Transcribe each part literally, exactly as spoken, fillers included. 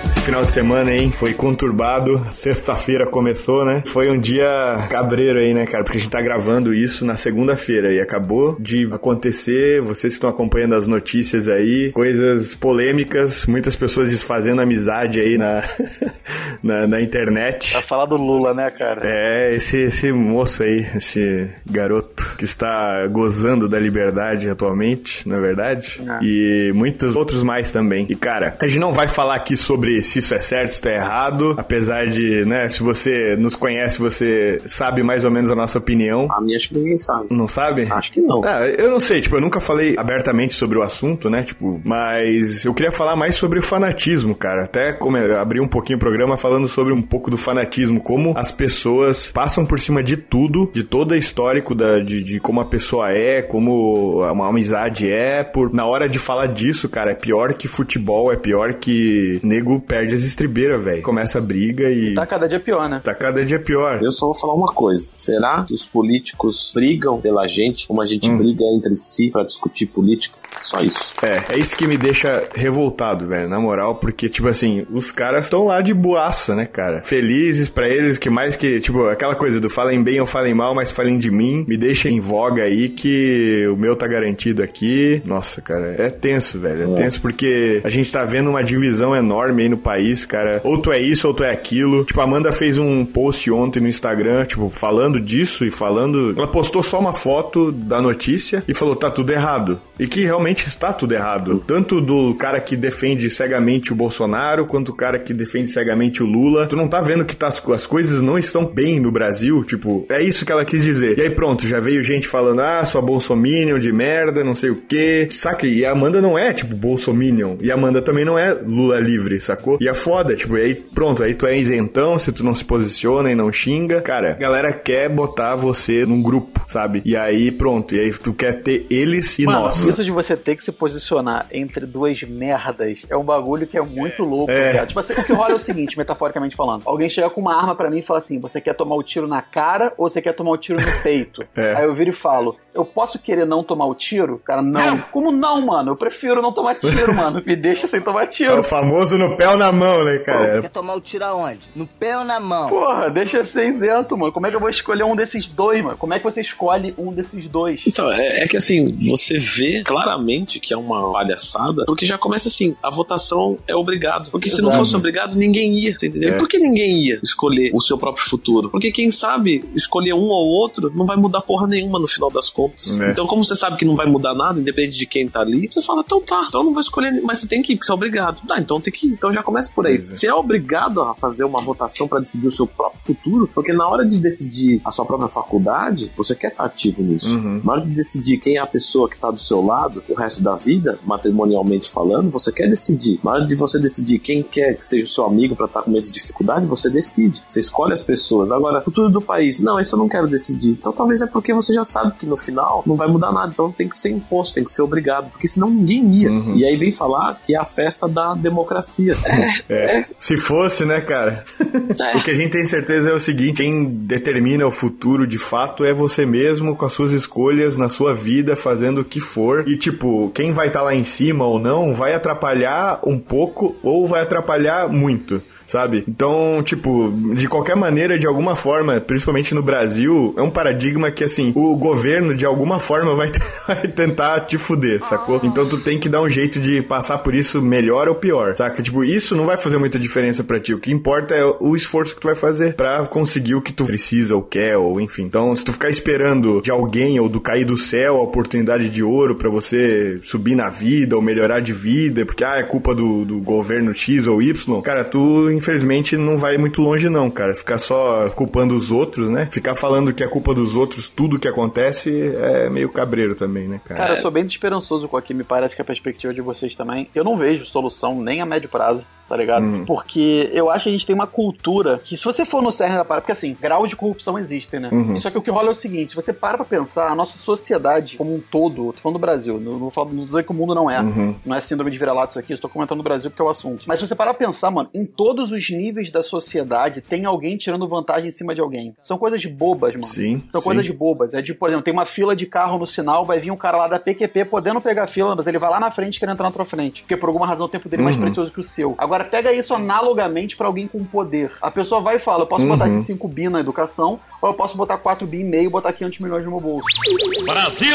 Esse final de semana, hein, foi conturbado. Sexta-feira começou, né? Foi um dia cabreiro aí, né, cara? Porque a gente tá gravando isso na segunda-feira e acabou de acontecer. Vocês que estão acompanhando as notícias aí, coisas polêmicas, muitas pessoas desfazendo amizade aí na, na, na internet. Pra falar do Lula, né, cara? É, esse, esse moço aí, esse garoto que está gozando da liberdade atualmente, não é verdade? É. E muitos outros mais também. E, cara, a gente não vai falar aqui sobre se isso é certo, se isso é errado, apesar de, né, se você nos conhece, você sabe mais ou menos a nossa opinião. A minha acho que ninguém sabe. Não sabe? Acho que não. Ah, eu não sei, tipo, eu nunca falei abertamente sobre o assunto, né, tipo, mas eu queria falar mais sobre o fanatismo, cara. Até como eu abri um pouquinho o programa falando sobre um pouco do fanatismo, como as pessoas passam por cima de tudo, de todo o histórico da, de, de como a pessoa é, como uma amizade é, por, na hora de falar disso, cara, é pior que futebol, é pior que nego perde as estribeiras, velho. Começa a briga e... Tá cada dia pior, né? Tá cada dia pior. Eu só vou falar uma coisa. Será que os políticos brigam pela gente como a gente hum. briga entre si pra discutir política? Só isso. É, é isso que me deixa revoltado, velho, na moral, porque, tipo assim, os caras estão lá de boaça, né, cara? Felizes pra eles, que mais que, tipo, aquela coisa do falem bem ou falem mal, mas falem de mim, me deixa em voga aí que o meu tá garantido aqui. Nossa, cara, é tenso, velho, é, é tenso porque a gente tá vendo uma divisão enorme aí no país, cara. Ou tu é isso ou tu é aquilo. Tipo, a Amanda fez um post ontem no Instagram, tipo, falando disso e falando... Ela postou só uma foto da notícia e falou, tá tudo errado. E que realmente está tudo errado. Tanto do cara que defende cegamente o Bolsonaro, quanto o cara que defende cegamente o Lula. Tu não tá vendo que tá, as coisas não estão bem no Brasil? Tipo, é isso que ela quis dizer. E aí pronto, já veio gente falando, ah, sua bolsominion de merda, não sei o quê. Saca? E a Amanda não é, tipo, bolsominion. E a Amanda também não é Lula livre, sacou? E é foda, tipo, e aí pronto, aí tu é isentão, se tu não se posiciona e não xinga. Cara, a galera quer botar você num grupo, sabe? E aí pronto, e aí tu quer ter eles e Mano, nós. Isso de você ter que se posicionar entre duas merdas é um bagulho que é muito louco, é. cara. Tipo assim, o que rola é o seguinte, metaforicamente falando. Alguém chega com uma arma pra mim e fala assim, você quer tomar o tiro na cara ou você quer tomar o tiro no peito? É. Aí eu viro e falo, eu posso querer não tomar o tiro? Cara, não. não. Como não, mano? Eu prefiro não tomar tiro, mano. Me deixa sem tomar tiro. É o famoso no pé ou na mão, né, cara? Pô, quer tomar o tiro aonde? No pé ou na mão? Porra, deixa ser isento, mano. Como é que eu vou escolher um desses dois, mano? Como é que você escolhe um desses dois? Então, é, é que assim, você vê claramente que é uma palhaçada, porque já começa assim, a votação é obrigado. Porque Exato. Se não fosse obrigado, ninguém ia, você entendeu? É. E por que ninguém ia escolher o seu próprio futuro? Porque quem sabe escolher um ou outro não vai mudar porra nenhuma no final das contas. É. Então, como você sabe que não vai mudar nada, independente de quem tá ali, você fala, então tá, então não vou escolher, mas você tem que ir, porque você é obrigado. Tá, então tem que ir. Então já começa por aí. É. Você é obrigado a fazer uma votação pra decidir o seu próprio futuro, porque na hora de decidir a sua própria faculdade, você quer estar ativo nisso. Uhum. Na hora de decidir quem é a pessoa que tá do seu lado o resto da vida, matrimonialmente falando, você quer decidir. Na hora de você decidir quem quer que seja o seu amigo pra estar com medo de dificuldade, você decide. Você escolhe as pessoas. Agora, futuro do país, não, isso eu não quero decidir. Então talvez é porque você já sabe que no final não vai mudar nada. Então tem que ser imposto, tem que ser obrigado. Porque senão ninguém ia. Uhum. E aí vem falar que é a festa da democracia. É. é. é. Se fosse, né, cara? É. O que a gente tem certeza é o seguinte, quem determina o futuro de fato é você mesmo, com as suas escolhas na sua vida, fazendo o que for. E tipo, quem vai estar tá lá em cima ou não, vai atrapalhar um pouco ou vai atrapalhar muito. Sabe? Então, tipo, de qualquer maneira, de alguma forma, principalmente no Brasil, é um paradigma que, assim, o governo, de alguma forma, vai, t- vai tentar te fuder, sacou? Então, tu tem que dar um jeito de passar por isso melhor ou pior, saca? Tipo, isso não vai fazer muita diferença pra ti. O que importa é o esforço que tu vai fazer pra conseguir o que tu precisa ou quer, ou enfim. Então, se tu ficar esperando de alguém ou do cair do céu a oportunidade de ouro pra você subir na vida ou melhorar de vida, porque, ah, é culpa do, do governo X ou Y, cara, tu infelizmente não vai muito longe não, cara. Ficar só culpando os outros, né? Ficar falando que é culpa dos outros, tudo que acontece é meio cabreiro também, né, cara? Cara, eu sou bem desesperançoso com aqui, me parece que a perspectiva de vocês também, eu não vejo solução nem a médio prazo, tá ligado? Uhum. Porque eu acho que a gente tem uma cultura que, se você for no cerne da parada, porque assim, grau de corrupção existe, né? Uhum. Só que o que rola é o seguinte, se você para pra pensar, a nossa sociedade como um todo, tô falando do Brasil, não vou falar, não dizer que o mundo não é, uhum. não é síndrome de vira-lata isso aqui, estou comentando o Brasil porque é o assunto. Mas se você parar pra pensar, mano, em todos os níveis da sociedade tem alguém tirando vantagem em cima de alguém. São coisas bobas, mano. Sim, São sim. coisas bobas. É de, por exemplo, tem uma fila de carro no sinal, vai vir um cara lá da P Q P podendo pegar a fila, mas ele vai lá na frente querendo entrar na tua frente, porque por alguma razão o tempo dele é mais uhum. precioso que o seu. Agora, Agora, pega isso analogamente pra alguém com poder. A pessoa vai e fala, eu posso uhum. botar esses cinco bi na educação, ou eu posso botar quatro bi e meio e botar quinhentos milhões no meu bolso. Brasil!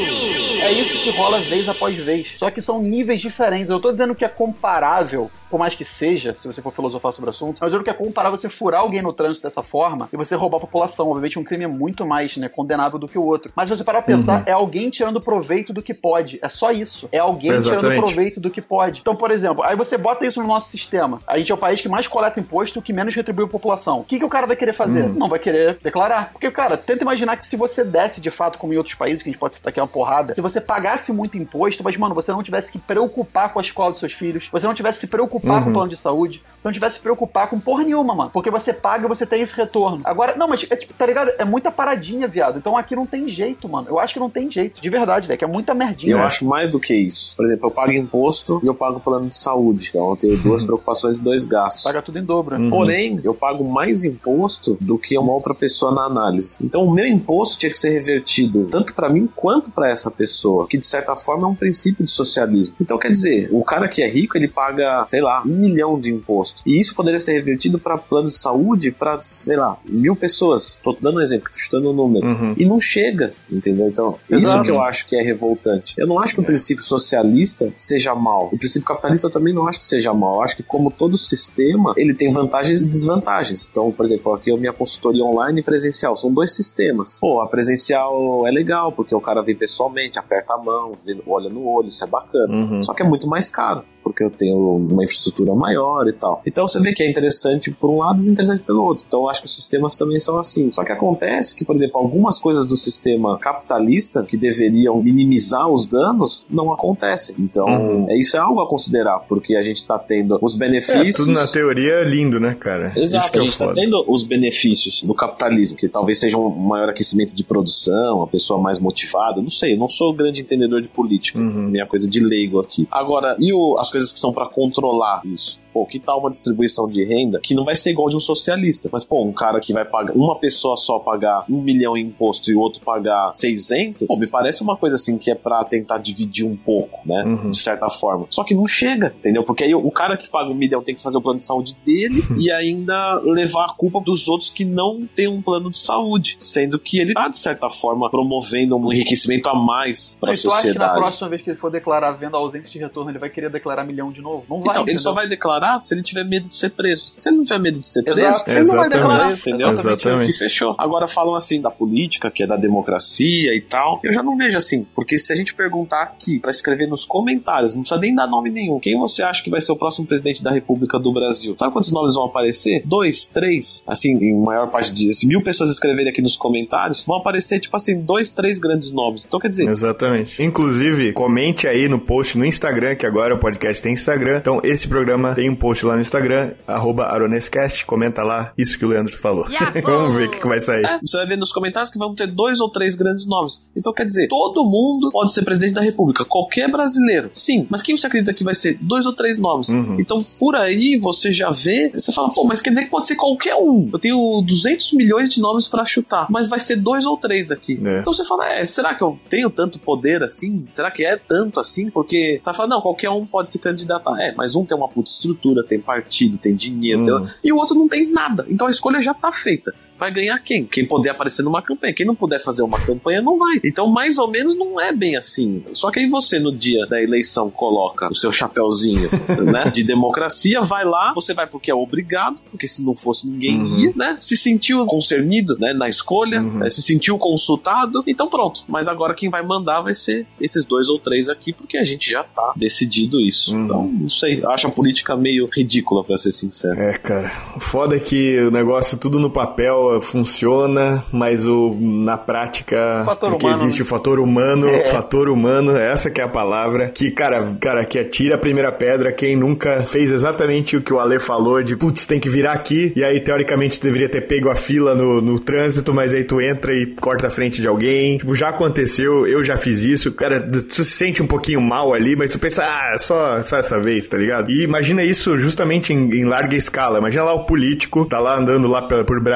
É isso que rola vez após vez. Só que são níveis diferentes. Eu tô dizendo que é comparável, por mais que seja, se você for filosofar sobre o assunto, mas eu dizendo que é comparável você furar alguém no trânsito dessa forma e você roubar a população. Obviamente um crime é muito mais, né, condenável do que o outro. Mas se você parar pra pensar, uhum. é alguém tirando proveito do que pode. É só isso. É alguém Exatamente. tirando proveito do que pode. Então, por exemplo, aí você bota isso no nosso sistema. A gente é o país que mais coleta imposto, que menos retribui a população. O que, que o cara vai querer fazer? Uhum. Não vai querer declarar. Porque, cara, tenta imaginar que se você desse de fato, como em outros países, que a gente pode citar aqui uma porrada, se você pagasse muito imposto, mas, mano, você não tivesse que preocupar com a escola dos seus filhos, você não tivesse que se preocupar uhum. com o plano de saúde, você não tivesse que se preocupar com porra nenhuma, mano. Porque você paga e você tem esse retorno. Agora, não, mas, é, tipo, tá ligado? É muita paradinha, viado. Então aqui não tem jeito, mano. Eu acho que não tem jeito. De verdade, né? Que é muita merdinha. Eu né? acho mais do que isso. Por exemplo, eu pago imposto e eu pago plano de saúde. Então eu tenho duas preocupações e dois gastos. Paga tudo em dobro. Uhum. Porém, eu pago mais imposto do que uma outra pessoa na análise. Então o meu imposto tinha que ser revertido tanto pra mim quanto pra essa pessoa, que de certa forma é um princípio de socialismo. Então quer dizer, o cara que é rico, ele paga, sei lá, um milhão de imposto. E isso poderia ser revertido pra planos de saúde pra, sei lá, mil pessoas. Tô dando um exemplo, tô chutando um número. Uhum. E não chega, entendeu? Então, Exato. isso que eu acho que é revoltante. Eu não acho que o princípio socialista seja mal. O princípio capitalista eu também não acho que seja mal. Eu acho que, como todo sistema, ele tem vantagens e desvantagens. Então, por exemplo, aqui a minha consultoria online e presencial. São dois sistemas. Pô, a presencial é legal, porque o cara vem pessoalmente, aperta a mão, vê, olha no olho, isso é bacana. Uhum. Só que é muito mais caro, porque eu tenho uma infraestrutura maior e tal. Então você vê que é interessante por um lado e desinteressante pelo outro. Então eu acho que os sistemas também são assim. Só que acontece que, por exemplo, algumas coisas do sistema capitalista que deveriam minimizar os danos não acontecem. Então uhum. é, isso é algo a considerar, porque a gente tá tendo os benefícios... É, tudo na teoria é lindo, né, cara? Exato, a gente tá tendo os benefícios do capitalismo, que talvez seja um maior aquecimento de produção, a pessoa mais motivada, não sei, eu não sou grande entendedor de política, uhum. minha coisa de leigo aqui. Agora, e o, as coisas que são pra controlar isso? Pô, que tal uma distribuição de renda que não vai ser igual de um socialista? Mas, pô, um cara que vai pagar, uma pessoa só pagar um milhão em imposto e o outro pagar seiscentos, pô, me parece uma coisa assim que é pra tentar dividir um pouco, né? Uhum. De certa forma. Só que não chega, entendeu? Porque aí o cara que paga um milhão tem que fazer o plano de saúde dele e ainda levar a culpa dos outros que não tem um plano de saúde, sendo que ele tá, de certa forma, promovendo um enriquecimento a mais pra Mas sociedade. Mas tu acha que na próxima vez que ele for declarar venda ausência de retorno, ele vai querer declarar milhão de novo? Não vai, Então, entendeu? ele só vai declarar se ele tiver medo de ser preso. Se ele não tiver medo de ser preso, Exato. ele Exatamente. não vai declarar, entendeu? Exatamente. E fechou. Agora falam assim da política, que é da democracia e tal. Eu já não vejo assim, porque se a gente perguntar aqui pra escrever nos comentários, não precisa nem dar nome nenhum, quem você acha que vai ser o próximo presidente da República do Brasil? Sabe quantos nomes vão aparecer? Dois, três, assim, em maior parte de... Se mil pessoas escreverem aqui nos comentários, vão aparecer, tipo assim, dois, três grandes nomes. Então, quer dizer... Exatamente. Inclusive, comente aí no post no Instagram, que agora o podcast tem Instagram. Então, esse programa tem um post lá no Instagram, arroba aronescast, comenta lá isso que o Leandro falou. Vamos ver o que, que vai sair. É, você vai ver nos comentários que vão ter dois ou três grandes nomes. Então, quer dizer, todo mundo pode ser presidente da República, qualquer brasileiro. Sim, mas quem você acredita que vai ser? Dois ou três nomes. Uhum. Então, por aí, você já vê, você fala, pô, mas quer dizer que pode ser qualquer um. Eu tenho duzentos milhões de nomes pra chutar, mas vai ser dois ou três aqui. É. Então você fala, é, será que eu tenho tanto poder assim? Será que é tanto assim? Porque você vai falar, não, qualquer um pode se candidatar. É, mas um tem uma puta estrutura, tem partido, tem dinheiro, uhum. tem... e o outro não tem nada. Então a escolha já tá feita. Vai ganhar quem? Quem puder aparecer numa campanha. Quem não puder fazer uma campanha não vai. Então, mais ou menos, não é bem assim. Só que aí você, no dia da eleição, coloca o seu chapéuzinho, né, de democracia, vai lá, você vai porque é obrigado, porque se não fosse ninguém uhum. ia, né? Se sentiu concernido, né, na escolha, uhum. né, se sentiu consultado, então pronto. Mas agora quem vai mandar vai ser esses dois ou três aqui, porque a gente já tá decidido isso. Uhum. Então, não sei. Eu acho a política meio ridícula, pra ser sincero. É, cara. O foda é que o negócio tudo no papel funciona, mas o, na prática, fator porque humano, existe né? o fator humano, é. fator humano, essa que é a palavra, que, cara, cara, que atira a primeira pedra quem nunca fez exatamente o que o Ale falou, de, putz, tem que virar aqui, e aí, teoricamente, tu deveria ter pego a fila no, no trânsito, mas aí tu entra e corta a frente de alguém. Tipo, já aconteceu, eu já fiz isso, cara, tu se sente um pouquinho mal ali, mas tu pensa, ah, só, só essa vez, tá ligado? E imagina isso justamente em, em larga escala, imagina lá o político, tá lá andando lá pela, por Brasília,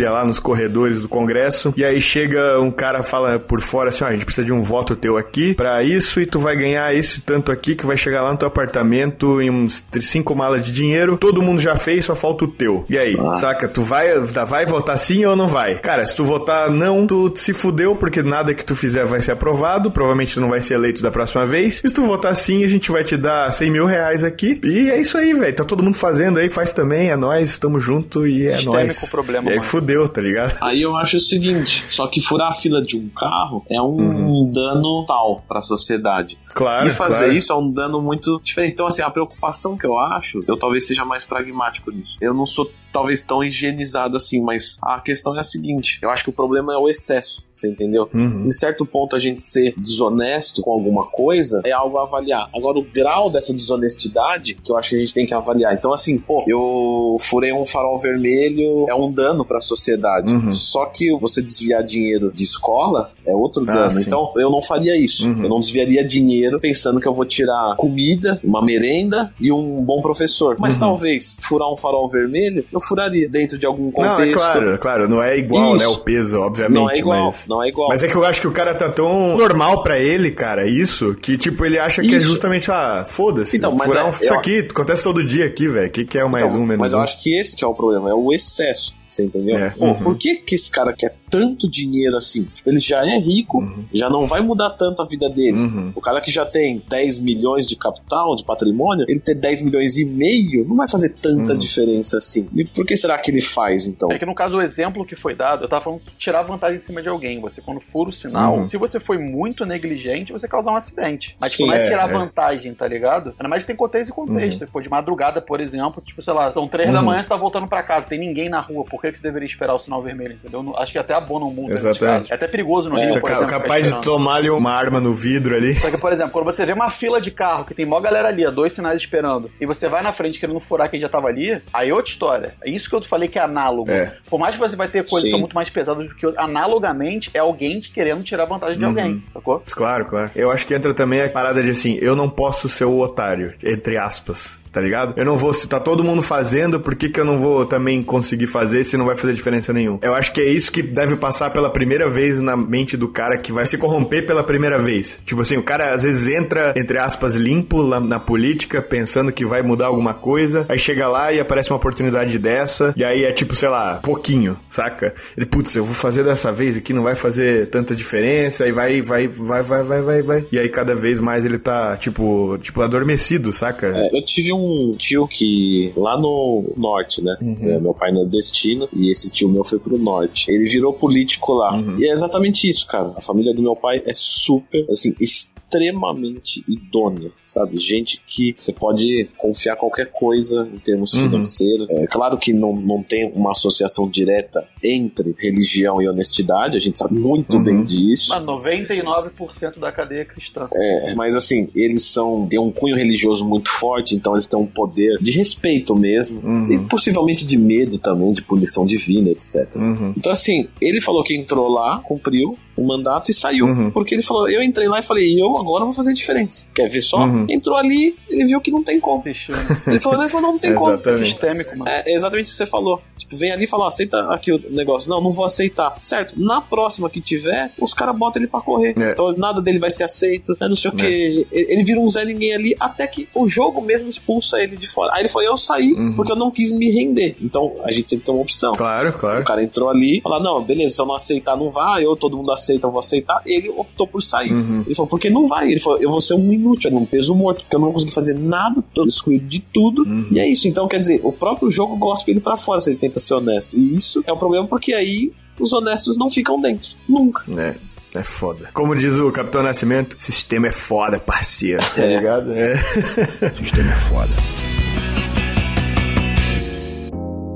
Brasília, lá nos corredores do Congresso, e aí chega um cara, fala por fora assim, ó, a gente precisa de um voto teu aqui pra isso, e tu vai ganhar esse tanto aqui, que vai chegar lá no teu apartamento em uns cinco malas de dinheiro, todo mundo já fez, só falta o teu. E aí, ah. saca? Tu vai, vai votar sim ou não vai? Cara, se tu votar não, tu se fudeu, porque nada que tu fizer vai ser aprovado, provavelmente tu não vai ser eleito da próxima vez. E se tu votar sim, a gente vai te dar cem mil reais aqui, e é isso aí, velho. Tá todo mundo fazendo aí, faz também, é nóis, tamo junto e é nóis. Problema, e aí mano. Fudeu, tá ligado? Aí eu acho o seguinte, só que furar a fila de um carro é um uhum. dano tal pra sociedade. Claro, E fazer claro. isso é um dano muito diferente. Então, assim, a preocupação que eu acho, eu talvez seja mais pragmático nisso. Eu não sou talvez tão higienizado assim, mas a questão é a seguinte, eu acho que o problema é o excesso, você entendeu? Uhum. Em certo ponto a gente ser desonesto com alguma coisa é algo a avaliar. Agora o grau dessa desonestidade que eu acho que a gente tem que avaliar. Então assim, pô, eu furei um farol vermelho, é um dano pra sociedade. Uhum. Só que você desviar dinheiro de escola é outro ah, dano. Sim. Então eu não faria isso. Uhum. Eu não desviaria dinheiro pensando que eu vou tirar comida, uma merenda e um bom professor. Mas uhum. talvez furar um farol vermelho eu furaria dentro de algum contexto. Não, é claro, claro, não é igual, isso. né, o peso, obviamente. Não é igual, mas... não é igual. Mas é que eu acho que o cara tá tão normal pra ele, cara, isso, que tipo, ele acha que isso. é justamente, ah, foda-se, então, mas furar é, um... Isso eu... aqui acontece todo dia aqui, velho, o que, que é o mais então, um, menos Mas um? eu acho que esse que é o problema, é o excesso. Você entendeu? É. Pô, Uhum. por que que esse cara quer tanto dinheiro assim? Tipo, ele já é rico, uhum. já não vai mudar tanto a vida dele. Uhum. O cara que já tem dez milhões de capital, de patrimônio, ele ter dez milhões e meio não vai fazer tanta uhum. diferença assim. E por que será que ele faz, então? É que no caso, o exemplo que foi dado, eu tava falando de tirar vantagem em cima de alguém. Você, quando fura o sinal, uhum. se você foi muito negligente, você causar um acidente. Mas Sim, tipo, não é tirar é, vantagem, tá ligado? Ainda mais tem contexto e contexto. Uhum. Pô, de madrugada, por exemplo, tipo, sei lá, são três uhum. da manhã, você tá voltando pra casa, tem ninguém na rua, por que você deveria esperar o sinal vermelho, entendeu? Acho que até abonam multa nesse caso. É até perigoso no é, Rio, por exemplo. Capaz de tomar-lhe uma arma no vidro ali. Só que, por exemplo, quando você vê uma fila de carro que tem mó galera ali, ó, dois sinais esperando, e você vai na frente querendo furar quem já tava ali, aí é outra história. É isso que eu falei que é análogo. É. Por mais que você vai ter coisas que são muito mais pesadas do que outras, analogamente é alguém querendo tirar vantagem de uhum. alguém, sacou? Claro, claro. Eu acho que entra também a parada de assim, eu não posso ser o otário, entre aspas. Tá ligado? Eu não vou, se tá todo mundo fazendo, por que que eu não vou também conseguir fazer se não vai fazer diferença nenhuma? Eu acho que é isso que deve passar pela primeira vez na mente do cara que vai se corromper pela primeira vez. Tipo assim, o cara às vezes entra, entre aspas, limpo lá na política, pensando que vai mudar alguma coisa, aí chega lá e aparece uma oportunidade dessa, e aí é tipo, sei lá, pouquinho, saca? Ele, putz, eu vou fazer dessa vez aqui, não vai fazer tanta diferença, aí vai, vai, vai, vai, vai, vai, vai. E aí cada vez mais ele tá, tipo, tipo adormecido, saca? É, eu tive um um tio que lá no norte, né? Uhum. É, meu pai nordestino e esse tio meu foi pro norte. Ele virou político lá. Uhum. E é exatamente isso, cara. A família do meu pai é super, assim, extremamente idônea, sabe? Gente que você pode confiar qualquer coisa em termos uhum. financeiros. É claro que não, não tem uma associação direta entre religião e honestidade, a gente sabe muito uhum. bem disso. Mas noventa e nove por cento da cadeia é cristã. É, mas assim, eles são, têm um cunho religioso muito forte, então eles têm um poder de respeito mesmo, uhum. e possivelmente de medo também, de punição divina, etcétera. Uhum. Então assim, ele falou que entrou lá, cumpriu o mandato e saiu. Uhum. Porque ele falou, eu entrei lá e falei, eu agora vou fazer diferença. Quer ver só? Uhum. Entrou ali, ele viu que não tem como. Ele falou, ele falou não, não tem como. É sistêmico, mano. É exatamente o que você falou. Tipo, vem ali e fala, aceita aqui o negócio. Não, não vou aceitar. Certo, na próxima que tiver, os caras botam ele pra correr. É. Então nada dele vai ser aceito, né, não sei o é. que. Ele vira um Zé Ninguém ali, até que o jogo mesmo expulsa ele de fora. Aí ele falou, eu saí, uhum. porque eu não quis me render. Então a gente sempre tem uma opção. Claro, claro. O cara entrou ali, falou, não, beleza, se eu não aceitar, não vai. Eu, todo mundo aceita, eu vou aceitar. Ele optou por sair. Uhum. Ele falou, porque não vai? Ele falou, eu vou ser um inútil, um peso morto, porque eu não vou conseguir fazer nada, tô excluído de tudo. Uhum. E é isso. Então, quer dizer, o próprio jogo gospe ele pra fora se ele tenta ser honesto. E isso é um problema porque aí os honestos não ficam dentro. Nunca. É. É foda. Como diz o Capitão Nascimento, sistema é foda, parceiro. Tá é. ligado? É. Sistema é foda.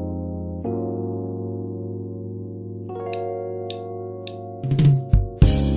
Tocou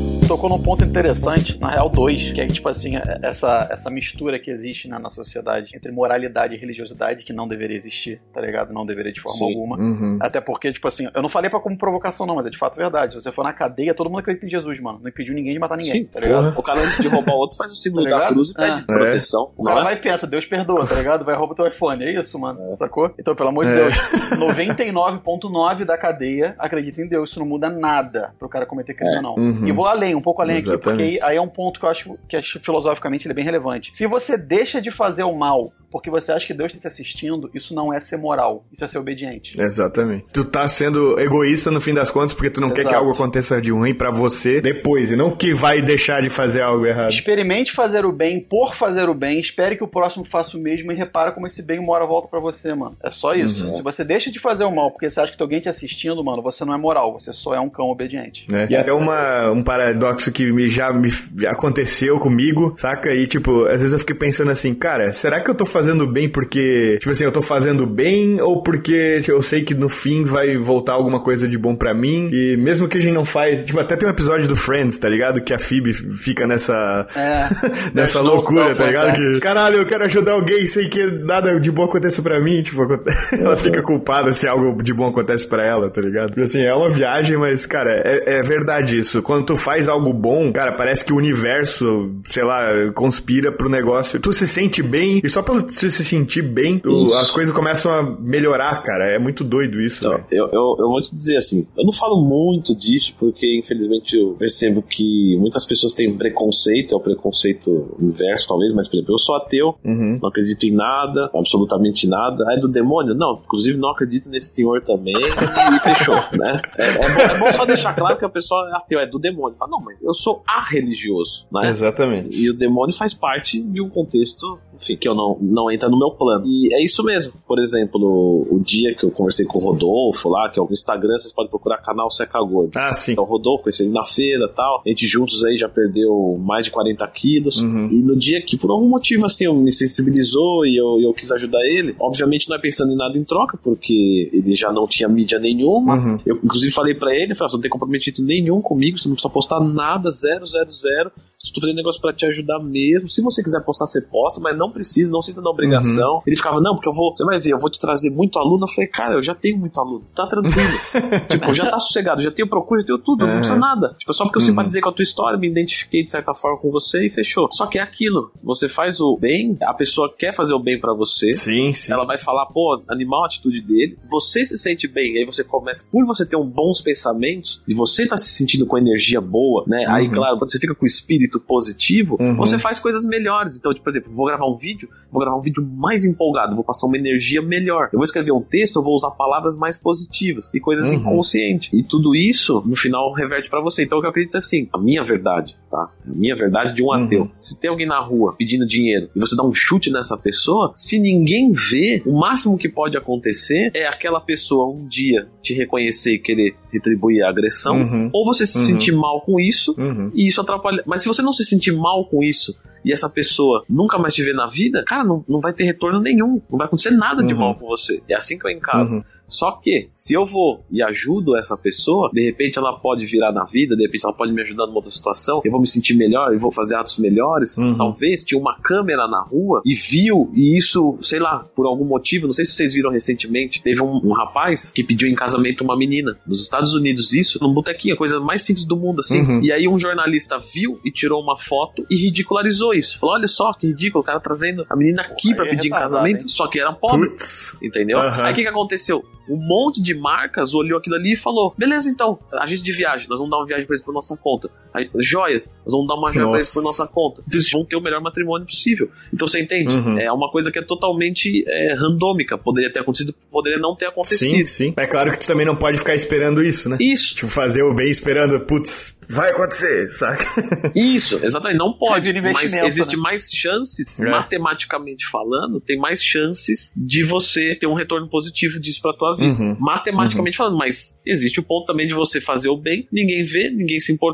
tocou num ponto interessante, na real dois, que é tipo assim, essa, essa mistura que existe, né, na sociedade entre moralidade e religiosidade, que não deveria existir, tá ligado? Não deveria de forma Sim. alguma. Uhum. Até porque, tipo assim, eu não falei pra como provocação não, mas é de fato verdade. Se você for na cadeia, todo mundo acredita em Jesus, mano. Não impediu ninguém de matar ninguém, Sim, tá ligado? Porra. O cara antes de roubar o outro faz o símbolo tá da cruz e pede é. proteção. O cara é? vai e pensa, Deus perdoa, tá ligado? Vai roubar o teu iPhone, é isso, mano? É. Sacou? Então, pelo amor de é. Deus, noventa e nove vírgula nove da cadeia acredita em Deus. Isso não muda nada pro cara cometer crime é. ou não. Uhum. E vou além, um pouco além Exatamente. aqui, porque aí, aí é um ponto que eu acho que acho, filosoficamente ele é bem relevante. Se você deixa de fazer o mal porque você acha que Deus tá te assistindo, isso não é ser moral, isso é ser obediente. Exatamente. Tu tá sendo egoísta no fim das contas porque tu não Exato. quer que algo aconteça de ruim pra você depois, e não que vai deixar de fazer algo errado. Experimente fazer o bem por fazer o bem, espere que o próximo faça o mesmo e repara como esse bem uma hora volta pra você, mano. É só isso. Uhum. Se você deixa de fazer o mal porque você acha que tem alguém te assistindo, mano, você não é moral, você só é um cão obediente. É, e é uma, um paradoxo que me, já me já aconteceu comigo, saca? E tipo, às vezes eu fiquei pensando assim, cara, será que eu tô fazendo bem porque, tipo assim, eu tô fazendo bem ou porque eu sei que no fim vai voltar alguma coisa de bom pra mim? E mesmo que a gente não faz, tipo, até tem um episódio do Friends, tá ligado? Que a Phoebe fica nessa é, nessa loucura, tá ligado? Que, caralho, eu quero ajudar alguém sem que nada de bom aconteça pra mim, tipo, ela fica culpada se algo de bom acontece pra ela, tá ligado? Tipo assim, é uma viagem, mas, cara, é, é verdade isso. Quando tu faz algo bom, cara, parece que o universo, sei lá, conspira pro negócio. Tu se sente bem, e só pelo tu se sentir bem, tu, as coisas começam a melhorar, cara. É muito doido isso, então, eu, eu, eu vou te dizer assim, eu não falo muito disso, porque infelizmente eu percebo que muitas pessoas têm preconceito, é o preconceito inverso talvez, mas por exemplo, eu sou ateu, uhum. não acredito em nada, absolutamente nada. É do demônio? Não, inclusive não acredito nesse senhor também, e fechou, né? É, é, bom, é bom só deixar claro que a pessoa é ateu, é do demônio. Fala, não, mas eu sou arreligioso, né? Exatamente. E o demônio faz parte de um contexto, enfim, que eu não, não entra no meu plano. E é isso mesmo. Por exemplo, o dia que eu conversei com o Rodolfo lá, que é o Instagram, vocês podem procurar canal Seca Gordo. Ah, sim. Então, o Rodolfo, conheci ele na feira e tal. A gente juntos aí já perdeu mais de quarenta quilos. Uhum. E no dia que, por algum motivo, assim, eu me sensibilizou e eu, eu quis ajudar ele, obviamente não é pensando em nada em troca, porque ele já não tinha mídia nenhuma. Uhum. Eu, inclusive, falei pra ele, falei, você não tem comprometimento nenhum comigo, você não precisa postar nada, zero, zero, zero. Estou fazendo negócio pra te ajudar mesmo. Se você quiser postar, você posta, mas não precisa, não sinta na obrigação. Uhum. Ele ficava, não, porque eu vou, você vai ver, eu vou te trazer muito aluno. Eu falei, cara, eu já tenho muito aluno, tá tranquilo. Tipo, já tá sossegado, já tenho procura, já tenho tudo, uhum. não precisa nada. Tipo, só porque eu uhum. simpatizei com a tua história, me identifiquei de certa forma com você e fechou. Só que é aquilo, você faz o bem, a pessoa quer fazer o bem pra você. Sim, sim. Ela vai falar, pô, animal a atitude dele, você se sente bem, aí você começa, por você ter um bons pensamentos, e você tá se sentindo com energia boa, né? Uhum. Aí, claro, quando você fica com o espírito positivo, uhum. você faz coisas melhores. Então, tipo, por exemplo, vou gravar um vídeo, vou gravar um vídeo mais empolgado, vou passar uma energia melhor. Eu vou escrever um texto, eu vou usar palavras mais positivas e coisas uhum. inconscientes. E tudo isso, no final, reverte pra você. Então, o que eu acredito é assim, a minha verdade, tá? A minha verdade de um uhum. ateu. Se tem alguém na rua pedindo dinheiro e você dá um chute nessa pessoa, se ninguém vê, o máximo que pode acontecer é aquela pessoa um dia te reconhecer e querer retribuir a agressão, uhum. ou você se uhum. sentir mal com isso, uhum. e isso atrapalha. Mas se você não se sentir mal com isso e essa pessoa nunca mais te ver na vida, cara, não, não vai ter retorno nenhum, não vai acontecer nada uhum. de mal com você. É assim que eu encaro. Uhum. Só que, se eu vou e ajudo essa pessoa, de repente ela pode virar na vida, de repente ela pode me ajudar numa outra situação, eu vou me sentir melhor, eu vou fazer atos melhores. Uhum. Talvez tinha uma câmera na rua e viu, e isso, sei lá, por algum motivo, não sei se vocês viram recentemente, teve um, um rapaz que pediu em casamento uma menina nos Estados Unidos, isso, num botequinho, a coisa mais simples do mundo, assim. Uhum. E aí um jornalista viu e tirou uma foto e ridicularizou isso. Falou, olha só, que ridículo, o cara trazendo a menina aqui Pô, pra pedir é em casamento, hein? Só que era pobre. Putz. Entendeu? Uhum. Aí o que que aconteceu? Um monte de marcas olhou aquilo ali e falou, beleza, então, agência de viagem, nós vamos dar uma viagem pra eles por nossa conta. Aí, joias, nós vamos dar uma joia pra eles por nossa conta. Então eles vão ter o melhor matrimônio possível. Então você entende? Uhum. É uma coisa que é totalmente é, randômica. Poderia ter acontecido, poderia não ter acontecido. Sim, sim. É claro que tu também não pode ficar esperando isso, né? Isso. Tipo, fazer o bem esperando, putz, vai acontecer, saca? Isso, exatamente, não pode. É mas existe né? mais chances, é. matematicamente falando, tem mais chances de você ter um retorno positivo disso pra tua vida. Uhum. Matematicamente uhum. falando, mas existe o ponto também de você fazer o bem, ninguém vê, ninguém se importar, o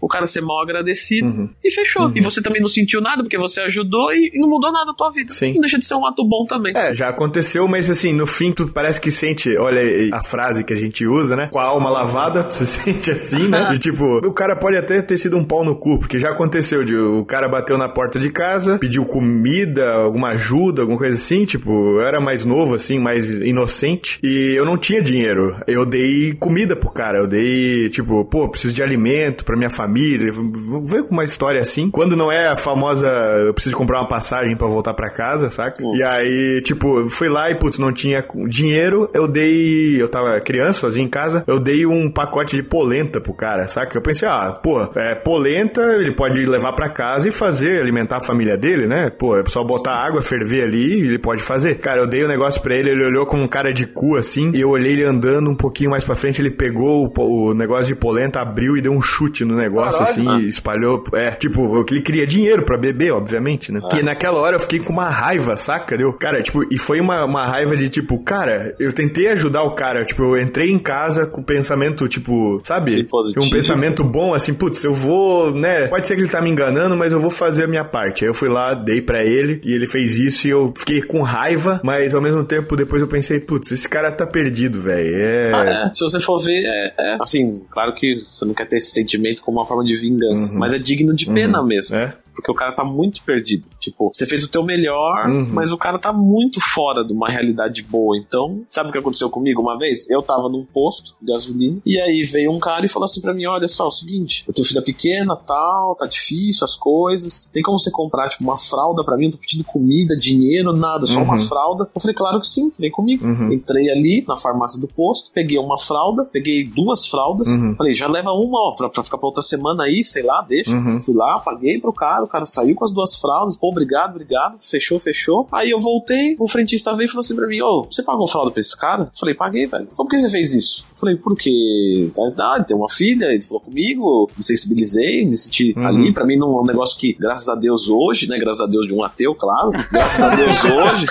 cara ser mal agradecido uhum. e fechou. Uhum. E você também não sentiu nada porque você ajudou e, e não mudou nada na tua vida. Sim. Não deixa de ser um ato bom também. É, já aconteceu, mas assim, no fim tu parece que sente, olha a frase que a gente usa, né? Com a alma lavada, tu se sente assim, né? E tipo, o cara pode até ter sido um pau no cu, porque já aconteceu de o cara bateu na porta de casa, pediu comida, alguma ajuda, alguma coisa assim, tipo, eu era mais novo assim, mais inocente, e eu não tinha dinheiro. Eu dei comida pro cara, eu dei, tipo, pô, preciso de alimento pra minha família, vou ver uma história assim. Quando não é a famosa, eu preciso comprar uma passagem pra voltar pra casa, saca? Uhum. E aí, tipo, fui lá e, putz, não tinha dinheiro, eu dei, eu tava criança, sozinho em casa, eu dei um pacote de polenta pro cara, saca? Eu pensei, ah, pô, é polenta, ele pode levar pra casa e fazer, alimentar a família dele, né? Pô, é só botar água, ferver ali, ele pode fazer. Cara, eu dei o um negócio pra ele, ele olhou com um cara de cu, assim, e eu olhei ele andando um pouquinho mais pra frente, ele pegou o, o negócio de polenta, abriu e deu um chute no negócio, Caralho, assim, ah. e espalhou, é, tipo, ele queria dinheiro pra beber, obviamente, né? Ah. E naquela hora eu fiquei com uma raiva, saca? Deu, cara, tipo, e foi uma, uma raiva de, tipo, cara, eu tentei ajudar o cara, tipo, eu entrei em casa com pensamento, tipo, sabe? Sim, um pensamento bom, assim, putz, eu vou, né, pode ser que ele tá me enganando, mas eu vou fazer a minha parte. Aí eu fui lá, dei pra ele, e ele fez isso, e eu fiquei com raiva, mas ao mesmo tempo, depois eu pensei, putz, esse cara tá perdido, velho. É... Ah, é. Se você for ver, é, é, assim, claro que você não quer ter esse sentimento como uma forma de vingança, uhum. mas é digno de pena uhum. mesmo. É? Porque o cara tá muito perdido. Tipo, você fez o teu melhor, uhum. mas o cara tá muito fora de uma realidade boa. Então, sabe o que aconteceu comigo uma vez? Eu tava num posto de gasolina, e aí veio um cara e falou assim pra mim, olha só, é o seguinte, eu tenho filha pequena, tal, tá difícil as coisas, tem como você comprar, tipo, uma fralda pra mim? Eu tô pedindo comida, dinheiro, nada, só uhum. uma fralda. Eu falei, claro que sim, vem comigo. Uhum. Entrei ali na farmácia do posto, peguei uma fralda, peguei duas fraldas, uhum. falei, já leva uma, ó, pra, pra ficar pra outra semana aí, sei lá, deixa. Uhum. Fui lá, paguei pro cara, o cara saiu com as duas fraldas, pô, obrigado, obrigado, fechou, fechou. Aí eu voltei, o frentista veio e falou assim pra mim, ô, oh, você pagou fralda pra esse cara? Eu falei, paguei, velho. Por que você fez isso? Eu falei, porque ah, ele tem uma filha, ele falou comigo, me sensibilizei, me senti uhum. ali, pra mim não é um negócio que, graças a Deus hoje, né, graças a Deus de um ateu, claro, graças a Deus hoje,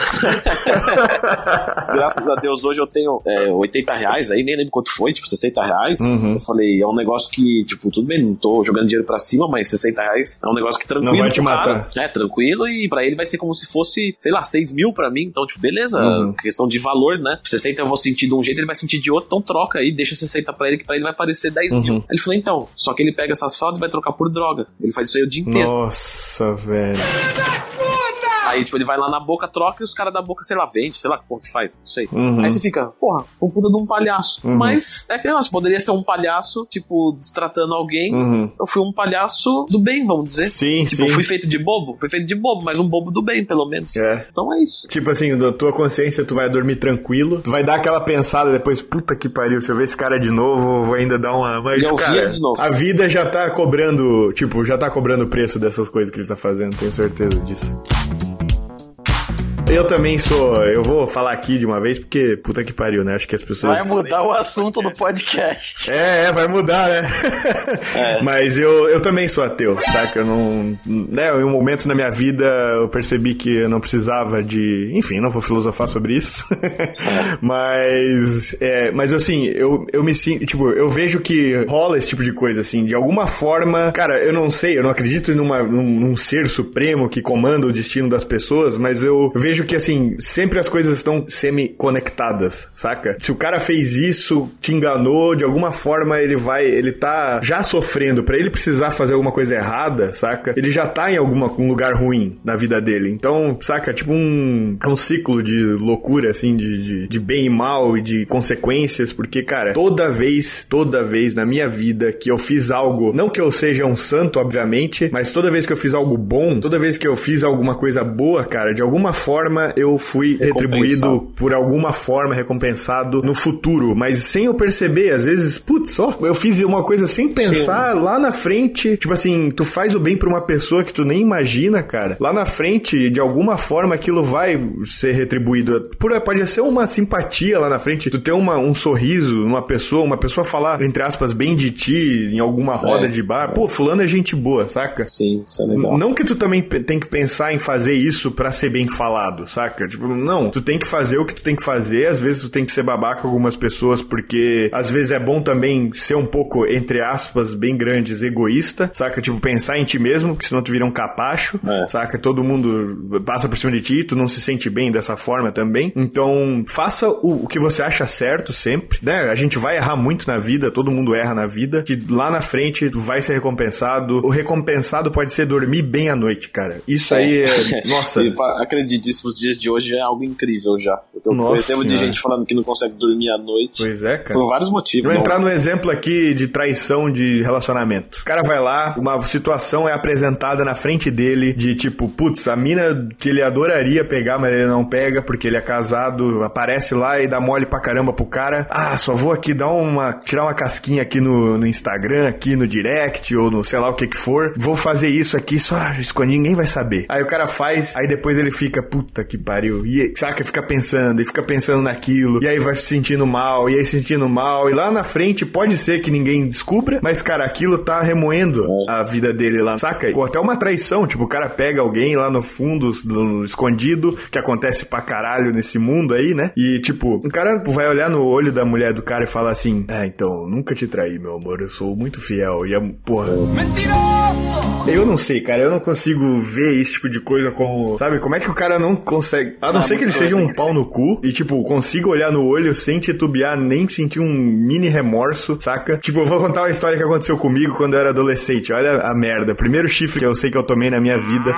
graças a Deus hoje eu tenho é, oitenta reais aí, nem lembro quanto foi, tipo sessenta reais. Uhum. Eu falei, é um negócio que, tipo, tudo bem, não tô jogando dinheiro pra cima, mas sessenta reais é um negócio que tranquilo. Não vai te matar. É, tranquilo, e pra ele vai ser como se fosse, sei lá, seis mil pra mim, então, tipo, beleza, uhum. questão de valor, né? sessenta eu vou sentir de um jeito, ele vai sentir de outro, então troca aí, deixa sessenta pra ele, que pra ele vai parecer dez mil. Uhum. Aí ele falou, então, só que ele pega essas fraldas e vai trocar por droga. Ele faz isso aí o dia inteiro. Nossa, velho. Aí, tipo, ele vai lá na boca, troca, e os caras da boca, sei lá, vende, sei lá, porra, que faz, não sei. Uhum. Aí você fica, porra, um puta de um palhaço. Uhum. Mas, é aquele negócio, poderia ser um palhaço, tipo, destratando alguém. Uhum. Eu fui um palhaço do bem, vamos dizer. Sim, tipo, sim. fui feito de bobo, fui feito de bobo, mas um bobo do bem, pelo menos. É. Então é isso. Tipo assim, da tua consciência, tu vai dormir tranquilo, tu vai dar aquela pensada depois, puta que pariu, se eu ver esse cara de novo, vou ainda dar uma... Mas, eu cara, de novo. A vida já tá cobrando, tipo, já tá cobrando o preço dessas coisas que ele tá fazendo, tenho certeza disso. Eu também sou, eu vou falar aqui de uma vez, porque puta que pariu, né? Acho que as pessoas... Vai mudar o assunto do podcast. É, é, vai mudar, né? É. Mas eu, eu também sou ateu, saca? Eu não... Né, em um momento na minha vida eu percebi que eu não precisava de... Enfim, não vou filosofar sobre isso. É. Mas, é, mas assim, eu, eu me sinto... Tipo, eu vejo que rola esse tipo de coisa, assim, de alguma forma... Cara, eu não sei, eu não acredito numa, num, num ser supremo que comanda o destino das pessoas, mas eu vejo que, assim, sempre as coisas estão semi-conectadas, saca? Se o cara fez isso, te enganou, de alguma forma ele vai, ele tá já sofrendo, pra ele precisar fazer alguma coisa errada, saca? Ele já tá em algum um lugar ruim na vida dele. Então, saca? Tipo um, um ciclo de loucura, assim, de, de, de bem e mal e de consequências, porque, cara, toda vez, toda vez na minha vida que eu fiz algo, não que eu seja um santo, obviamente, mas toda vez que eu fiz algo bom, toda vez que eu fiz alguma coisa boa, cara, de alguma forma eu fui retribuído por alguma forma, recompensado no futuro, mas sem eu perceber, às vezes, putz, ó, eu fiz uma coisa sem pensar. Sim. Lá na frente, tipo assim, tu faz o bem pra uma pessoa que tu nem imagina, cara, lá na frente, de alguma forma aquilo vai ser retribuído, por, pode ser uma simpatia lá na frente, tu ter uma, um sorriso numa pessoa, uma pessoa falar, entre aspas, bem de ti, em alguma roda é, de bar, é. Pô, fulano é gente boa, saca? Sim, isso é legal. Não que tu também tem que pensar em fazer isso pra ser bem falado, lado, saca? Tipo, não, tu tem que fazer o que tu tem que fazer, às vezes tu tem que ser babaca com algumas pessoas, porque às vezes é bom também ser um pouco, entre aspas, bem grandes, egoísta, saca? Tipo, pensar em ti mesmo, porque senão tu vira um capacho, é. saca? Todo mundo passa por cima de ti, tu não se sente bem dessa forma também. Então, faça o, o que você acha certo sempre, né? A gente vai errar muito na vida, todo mundo erra na vida, que lá na frente tu vai ser recompensado. O recompensado pode ser dormir bem à noite, cara. Isso aí é... Nossa. E, acredite, isso nos dias de hoje já é algo incrível já. Eu conhecemos de gente falando que não consegue dormir à noite. Pois é, cara. Por vários motivos. Vou não. entrar no exemplo aqui de traição de relacionamento. O cara vai lá, uma situação é apresentada na frente dele de tipo, putz, a mina que ele adoraria pegar, mas ele não pega porque ele é casado, aparece lá e dá mole pra caramba pro cara. Ah, só vou aqui dar uma, tirar uma casquinha aqui no, no Instagram, aqui no direct ou no sei lá o que que for. Vou fazer isso aqui só escondido, ninguém vai saber. Aí o cara faz, aí depois ele fica, puta que pariu. E saca, fica pensando, e fica pensando naquilo, e aí vai se sentindo mal, e aí se sentindo mal, e lá na frente pode ser que ninguém descubra, mas cara, aquilo tá remoendo a vida dele lá, saca? Ou até uma traição, tipo, o cara pega alguém lá no fundo, no escondido, que acontece pra caralho nesse mundo aí, né? E tipo, o cara vai olhar no olho da mulher do cara e falar assim, é, então, nunca te traí, meu amor, eu sou muito fiel, e a porra... Mentiroso! Eu não sei, cara, eu não consigo ver esse tipo de coisa como, sabe, como é que o cara não consegue, a não ser que ele seja um pau no cu, e tipo, consiga olhar no olho sem titubear, nem sentir um mini remorso, saca? Tipo, eu vou contar uma história que aconteceu comigo quando eu era adolescente, olha a merda, primeiro chifre que eu sei que eu tomei na minha vida,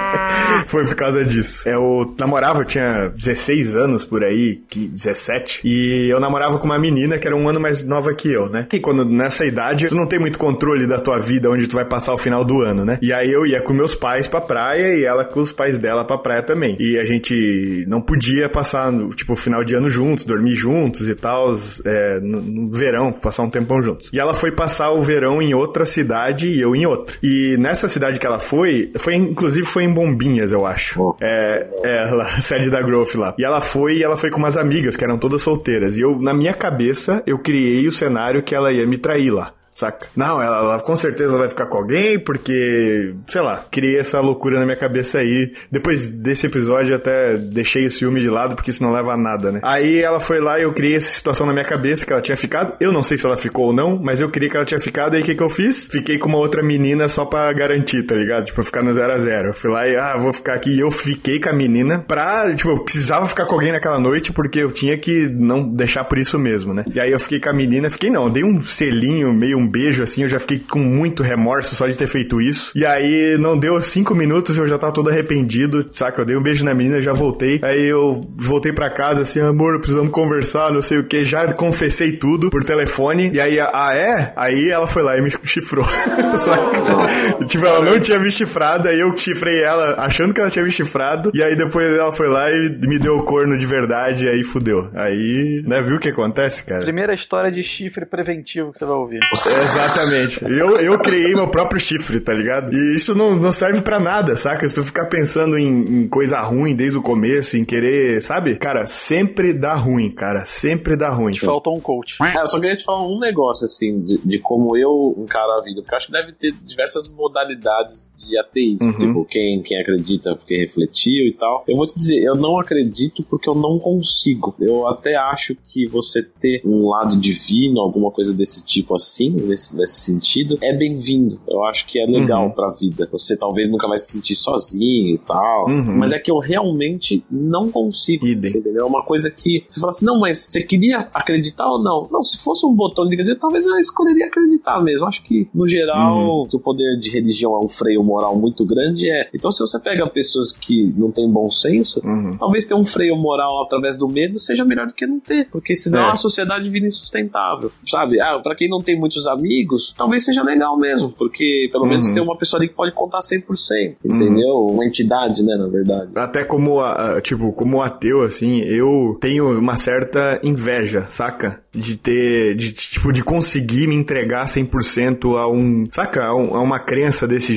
foi por causa disso. Eu namorava, eu tinha dezesseis anos por aí, dezessete, e eu namorava com uma menina que era um ano mais nova que eu, né? E quando nessa idade, tu não tem muito controle da tua vida, onde tu vai passar o final do ano, né? E aí eu ia com meus pais pra praia e ela com os pais dela pra praia também. E a gente não podia passar, tipo, o final de ano juntos, dormir juntos e tal, é, no, no verão, passar um tempão juntos. E ela foi passar o verão em outra cidade e eu em outra. E nessa cidade que ela foi, foi inclusive foi em Bombinhas, eu acho. Oh. É, é lá, sede da Growth lá. E ela foi, e ela foi com umas amigas que eram todas solteiras. E eu, na minha cabeça, eu criei o cenário que ela ia me trair lá. Saca? Não, ela, ela com certeza vai ficar com alguém, porque, sei lá, criei essa loucura na minha cabeça aí. Depois desse episódio, até deixei o ciúme de lado, porque isso não leva a nada, né? Aí ela foi lá e eu criei essa situação na minha cabeça, que ela tinha ficado. Eu não sei se ela ficou ou não, mas eu queria que ela tinha ficado, aí o que que eu fiz? Fiquei com uma outra menina só pra garantir, tá ligado? Tipo, ficar no zero a zero. Eu fui lá e, ah, vou ficar aqui. E eu fiquei com a menina pra, tipo, eu precisava ficar com alguém naquela noite, porque eu tinha que não deixar por isso mesmo, né? E aí eu fiquei com a menina, fiquei não, eu dei um selinho, meio um beijo, assim, eu já fiquei com muito remorso só de ter feito isso. E aí, não deu cinco minutos, eu já tava todo arrependido, saca? Eu dei um beijo na menina, já voltei. Aí eu voltei pra casa, assim, amor, precisamos conversar, não sei o que. Já confessei tudo por telefone. E aí, ah, é? Aí ela foi lá e me chifrou. Saca? Tipo, ela não tinha me chifrado, aí eu chifrei ela achando que ela tinha me chifrado. E aí depois ela foi lá e me deu o corno de verdade, e aí fudeu. Aí, né, viu o que acontece, cara? Primeira história de chifre preventivo que você vai ouvir. É, exatamente. Eu, eu criei meu próprio chifre, tá ligado? E isso não, não serve pra nada, saca? Se tu ficar pensando em, em coisa ruim desde o começo, em querer, sabe? Cara, sempre dá ruim, cara. Sempre dá ruim. Falta um coach. É, eu só queria te falar um negócio, assim, de, de como eu encaro a vida. Porque eu acho que deve ter diversas modalidades de ateísmo. Uhum. Tipo, quem, quem acredita porque refletiu e tal. Eu vou te dizer, eu não acredito porque eu não consigo. Eu até acho que você ter um lado divino, alguma coisa desse tipo assim, nesse, nesse sentido, é bem-vindo. Eu acho que é legal uhum. pra vida. Você talvez nunca vai se sentir sozinho e tal. Uhum. Mas é que eu realmente não consigo. Você entendeu? É uma coisa que você fala assim, não, mas você queria acreditar ou não? Não, se fosse um botão de dizer, talvez eu escolheria acreditar mesmo. Acho que, no geral, uhum. que o poder de religião é um freio moral muito grande, é. Então, se você pega pessoas que não têm bom senso, uhum. talvez ter um freio moral através do medo seja melhor do que não ter. Porque senão é. a sociedade vira insustentável. Sabe? Ah, pra quem não tem muitos amigos, talvez seja legal mesmo, porque pelo uhum. menos tem uma pessoa ali que pode contar cem por cento, entendeu? Uhum. Uma entidade, né, na verdade. Até como, a, tipo, como ateu, assim, eu tenho uma certa inveja, saca? De ter, de, tipo, de conseguir me entregar cem por cento a um, saca? A, um, a uma crença desse jeito, porque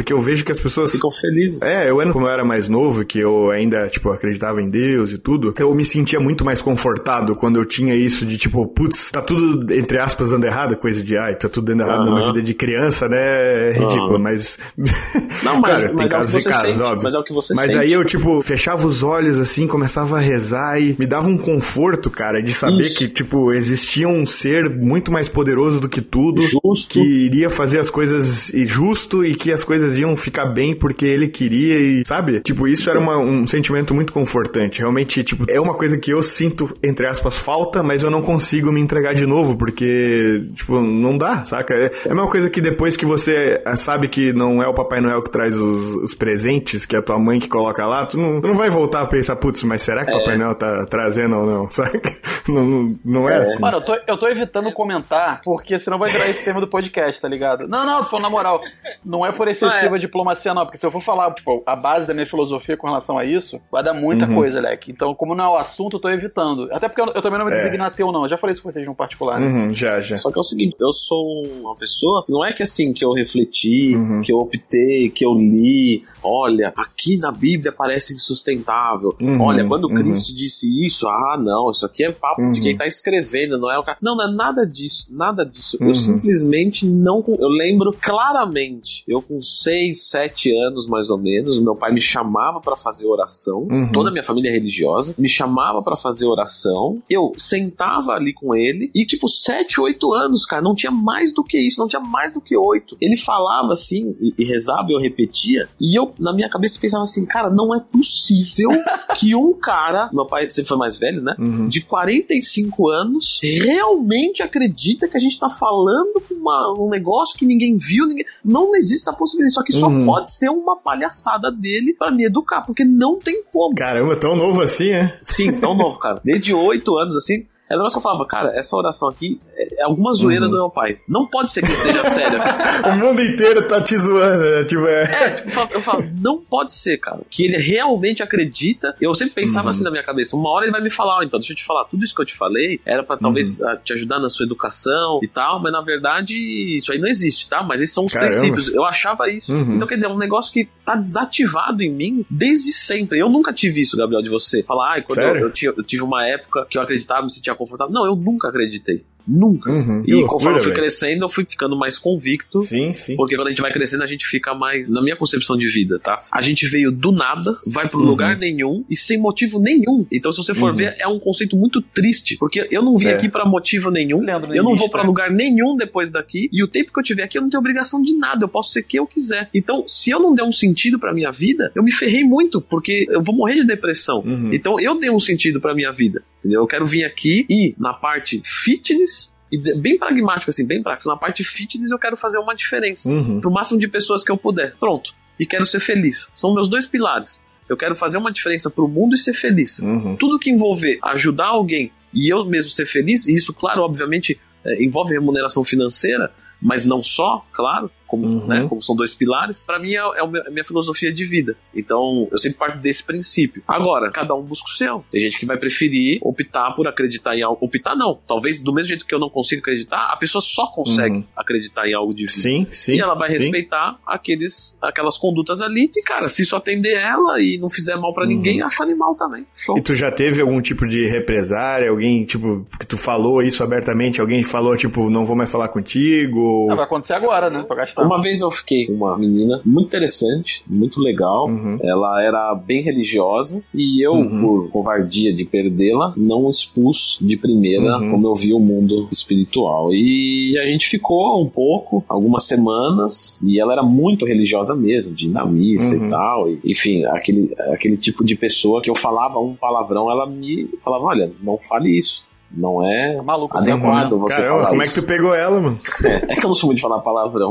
porque eu vejo que as pessoas... ficam felizes. É, eu, como eu era mais novo, que eu ainda, tipo, acreditava em Deus e tudo, eu me sentia muito mais confortado quando eu tinha isso de, tipo, putz, tá tudo, entre aspas, dando errado, coisa de, ai, tá tudo dando errado uhum. na minha vida de criança, né? É ridículo, uhum. mas... Não, mas, cara, mas tem é casos o que você e casos, sente, óbvio. mas é o que você Mas sente. aí eu, tipo, fechava os olhos, assim, começava a rezar e me dava um conforto, cara, de saber isso. que, tipo, existia um ser muito mais poderoso do que tudo, justo. que iria fazer as coisas justo e que as coisas iam ficar bem porque ele queria e, sabe? Tipo, isso era uma, um sentimento muito confortante. Realmente, tipo, é uma coisa que eu sinto, entre aspas, falta, mas eu não consigo me entregar de novo porque, tipo, não dá, saca? É a mesma coisa que depois que você sabe que não é o Papai Noel que traz os, os presentes, que é a tua mãe que coloca lá, tu não, tu não vai voltar a pensar, putz, mas será que o é. Papai Noel tá trazendo ou não, saca? Não, não, não é, é assim. Mano, eu tô, eu tô evitando comentar, porque senão vai virar esse tema do podcast, tá ligado? Não, não, tô falando na moral, não é por excessiva é. diplomacia, não, porque se eu for falar, tipo, a base da minha filosofia com relação a isso, vai dar muita uhum. coisa, Leque. Então, como não é o assunto, eu tô evitando. Até porque eu, eu também não me é. designo ateu, não. Eu já falei isso com vocês no particular, né? Uhum, já, já. Só que é o seguinte, eu sou uma pessoa que não é que assim, que eu refleti, uhum. que eu optei, que eu li, olha, aqui na Bíblia parece insustentável. Uhum, olha, quando Cristo uhum. disse isso, ah, não, isso aqui é papo uhum. de quem tá escrevendo, não é o cara. Não, não é nada disso, nada disso. Uhum. Eu simplesmente não... Eu lembro claramente, eu com seis, sete anos mais ou menos, meu pai me chamava pra fazer oração, uhum. toda a minha família é religiosa, me chamava pra fazer oração, eu sentava ali com ele e tipo, sete, oito anos, cara, não tinha mais do que isso, não tinha mais do que oito. Ele falava assim, e, e rezava e eu repetia, e eu, na minha cabeça, pensava assim, cara, não é possível que um cara, meu pai sempre foi mais velho, né, uhum. de quarenta e cinco anos, realmente acredita que a gente tá falando uma, um negócio que ninguém viu, ninguém... não existe essa possibilidade, só que só uhum. pode ser uma palhaçada dele pra me educar, porque não tem como. Caramba, tão novo assim, é? Sim, tão novo, cara. Desde oito anos, assim, é o negócio que eu falava, cara, essa oração aqui é alguma zoeira uhum. do meu pai. Não pode ser que seja sério. O mundo inteiro tá te zoando, né? Tipo, é... é eu, falo, eu falo, não pode ser, cara. Que ele realmente acredita. Eu sempre pensava uhum. assim na minha cabeça, uma hora ele vai me falar, oh, então, deixa eu te falar, tudo isso que eu te falei era pra talvez uhum. te ajudar na sua educação e tal, mas na verdade isso aí não existe, tá? Mas esses são os Caramba. princípios. Eu achava isso. Uhum. Então, quer dizer, é um negócio que tá desativado em mim desde sempre. Eu nunca tive isso, Gabriel, de você falar, ai, quando eu, eu, tive, eu tive uma época que eu acreditava, me sentia confortável. Não, eu nunca acreditei. Nunca. Uhum, e loucura, conforme eu fui véio. crescendo, eu fui ficando mais convicto. Sim, sim. Porque quando a gente vai crescendo, a gente fica mais... Na minha concepção de vida, tá? A gente veio do nada, vai pro uhum. lugar nenhum e sem motivo nenhum. Então, se você for uhum. ver, é um conceito muito triste. Porque eu não vim é. aqui pra motivo nenhum. Leandro, eu não existe, vou pra né? lugar nenhum depois daqui. E o tempo que eu tiver aqui, eu não tenho obrigação de nada. Eu posso ser quem eu quiser. Então, se eu não der um sentido pra minha vida, eu me ferrei muito. Porque eu vou morrer de depressão. Uhum. Então, eu dei um sentido pra minha vida. Entendeu? Eu quero vir aqui e, na parte fitness... E bem pragmático, assim, bem prático. Na parte fitness eu quero fazer uma diferença uhum. pro máximo de pessoas que eu puder. Pronto. E quero ser feliz. São meus dois pilares. Eu quero fazer uma diferença pro mundo e ser feliz. Uhum. Tudo que envolver ajudar alguém e eu mesmo ser feliz, e isso, claro, obviamente, é, envolve remuneração financeira, mas não só, claro, como, uhum. né, como são dois pilares, pra mim é, é a minha filosofia de vida. Então, eu sempre parto desse princípio. Agora, cada um busca o seu. Tem gente que vai preferir optar por acreditar em algo. Optar não. Talvez, do mesmo jeito que eu não consigo acreditar, a pessoa só consegue uhum. acreditar em algo divino. Sim, sim. E ela vai sim. respeitar aqueles, aquelas condutas ali. E, cara, se isso atender ela e não fizer mal pra uhum. ninguém, acho animal também. Show. E tu já teve algum tipo de represária? Alguém, tipo, que tu falou isso abertamente? Alguém falou, tipo, não vou mais falar contigo? Não, vai acontecer agora, né? Pra gastar. Uma vez eu fiquei com uma menina muito interessante, muito legal. Uhum. Ela era bem religiosa e eu, uhum. por covardia de perdê-la, não expus de primeira uhum. como eu vi o mundo espiritual. E a gente ficou um pouco, algumas semanas, e ela era muito religiosa mesmo, de ir na missa uhum. e tal. E, enfim, aquele, aquele tipo de pessoa que eu falava um palavrão, ela me falava, olha, não fale isso. Não é maluco, adequado você Caramba, falar como isso. é que tu pegou ela, mano? É, é que eu não sou muito de falar palavrão.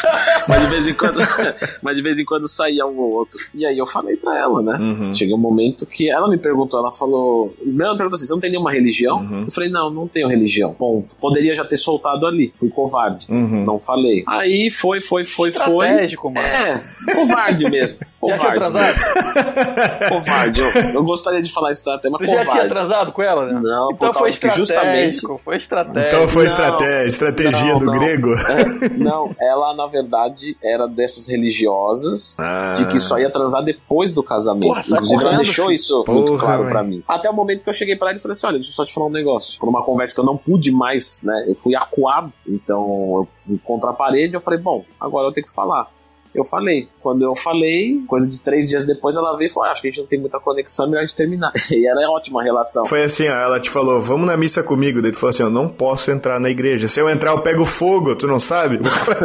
Mas de vez em quando Mas de vez em quando saía um ou outro. E aí eu falei pra ela, né? Uhum. Cheguei um momento que ela me perguntou, ela falou... Primeiro ela me perguntou assim, você não tem nenhuma religião? Uhum. Eu falei, não, não tenho religião. Ponto. Poderia já ter soltado ali. Fui covarde. Uhum. Não falei. Aí foi, foi, foi, foi. Estratégico, mano. É, covarde mesmo. Covarde. Já tinha transado? Covarde. Eu, eu gostaria de falar isso até, mas tu covarde. Já tinha transado com ela, né? Não, então por foi causa que que justamente... Foi estratégico. Então foi não, estratégia, estratégia não, do não. grego? É, não, ela na verdade era dessas religiosas ah. de que só ia transar depois do casamento. Porra, Inclusive correndo, ela deixou isso Porra, muito claro véio. pra mim. Até o momento que eu cheguei pra ela e falei assim, olha, deixa eu só te falar um negócio. Por uma conversa que eu não pude mais, né, eu fui acuado, então eu fui contra a parede, eu falei, bom, agora eu tenho que falar. Eu falei. Quando eu falei, coisa de três dias depois, ela veio e falou, ah, acho que a gente não tem muita conexão, melhor a gente terminar. E era ótima a relação. Foi assim, ó, ela te falou, vamos na missa comigo. Daí tu falou assim, eu não posso entrar na igreja. Se eu entrar, eu pego fogo, tu não sabe?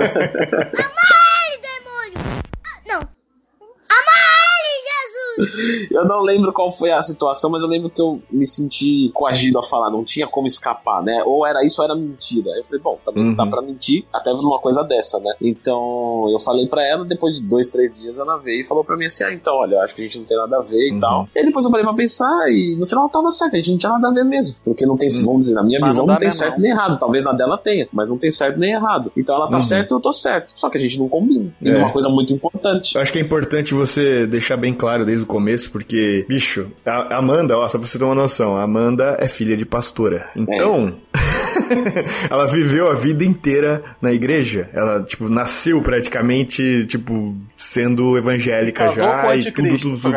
Eu não lembro qual foi a situação, mas eu lembro que eu me senti coagido a falar, não tinha como escapar, né? Ou era isso ou era mentira. Eu falei, bom, também não dá pra mentir, até numa coisa dessa, né? Então, eu falei pra ela, depois de dois, três dias ela veio e falou pra mim assim, ah, então, olha, acho que a gente não tem nada a ver e uhum. tal. E aí depois eu parei pra pensar e no final tava certo, a gente não tinha nada a ver mesmo. Porque não tem, uhum. vamos dizer, na minha mas visão não, não tem certo não. nem errado. Talvez na dela tenha, mas não tem certo nem errado. Então ela tá uhum. certa e eu tô certo. Só que a gente não combina. E é uma coisa muito importante. Eu acho que é importante você deixar bem claro desde o começo, porque, bicho, a Amanda, ó, só pra você ter uma noção, a Amanda é filha de pastora. Então, é. ela viveu a vida inteira na igreja. Ela, tipo, nasceu praticamente, tipo, sendo evangélica Casou já e tudo, tudo, tudo.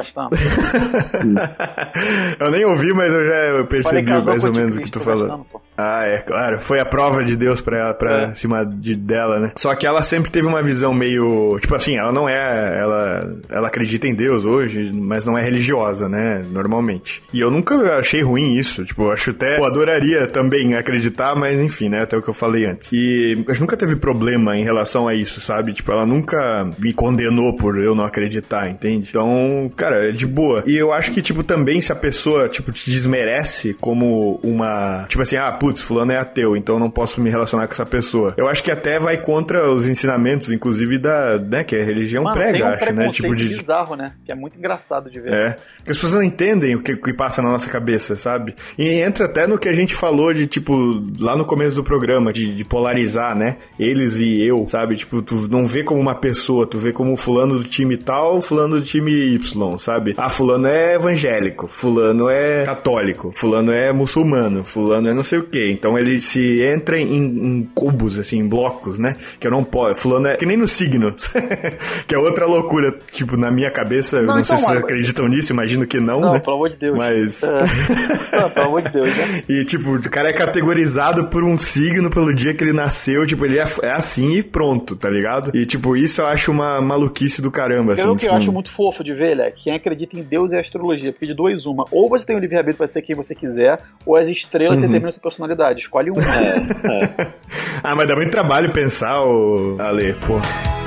Sim. Eu nem ouvi, mas eu já percebi mais ou menos o que tu falou. Gastando, ah, é, claro. Foi a prova de Deus pra, pra é. cima de, dela, né? Só que ela sempre teve uma visão meio... Tipo assim, ela não é... Ela, ela acredita em Deus hoje, mas não é religiosa, né? Normalmente. E eu nunca achei ruim isso. Tipo, eu acho até... Eu adoraria também acreditar, mas enfim, né? Até o que eu falei antes. E a gente nunca teve problema em relação a isso, sabe? Tipo, ela nunca me condenou por eu não acreditar, entende? Então, cara, é de boa. E eu acho que, tipo, também se a pessoa, tipo, te desmerece como uma... Tipo assim, ah, putz, fulano é ateu, então não posso me relacionar com essa pessoa. Eu acho que até vai contra os ensinamentos, inclusive, da, né, que a religião Mano, prega, tem um acho, né? Tipo de bizarro, né? Que é muito engraçado de ver. É. Porque as pessoas não entendem o que, que passa na nossa cabeça, sabe? E entra até no que a gente falou de, tipo, lá no começo do programa, de, de polarizar, né? Eles e eu, sabe? Tipo, tu não vê como uma pessoa, tu vê como fulano do time tal, fulano do time Y, sabe? Ah, fulano é evangélico, fulano é católico, fulano é muçulmano, fulano é não sei o quê. Então ele se entra em, em cubos, assim, em blocos, né? Que eu não posso. Fulano é que nem no signo. Que é outra loucura. Tipo, na minha cabeça, não, eu não então, sei se vocês acreditam nisso, imagino que não, não, né? Pelo amor de Deus. Mas... É. Não, pelo amor de Deus, né? E, tipo, o cara é categorizado por um signo pelo dia que ele nasceu. Tipo, ele é, é assim e pronto, tá ligado? E, tipo, isso eu acho uma maluquice do caramba, assim. Eu, o que tipo... eu acho muito fofo de ver, é quem acredita em Deus e astrologia. Porque de dois, uma. Ou você tem o livre-arbítrio pra ser quem você quiser, ou as estrelas uhum. determinam a sua personalidade. Escolhe um. É, é. Ah, mas dá muito trabalho pensar, ô... Ale, pô.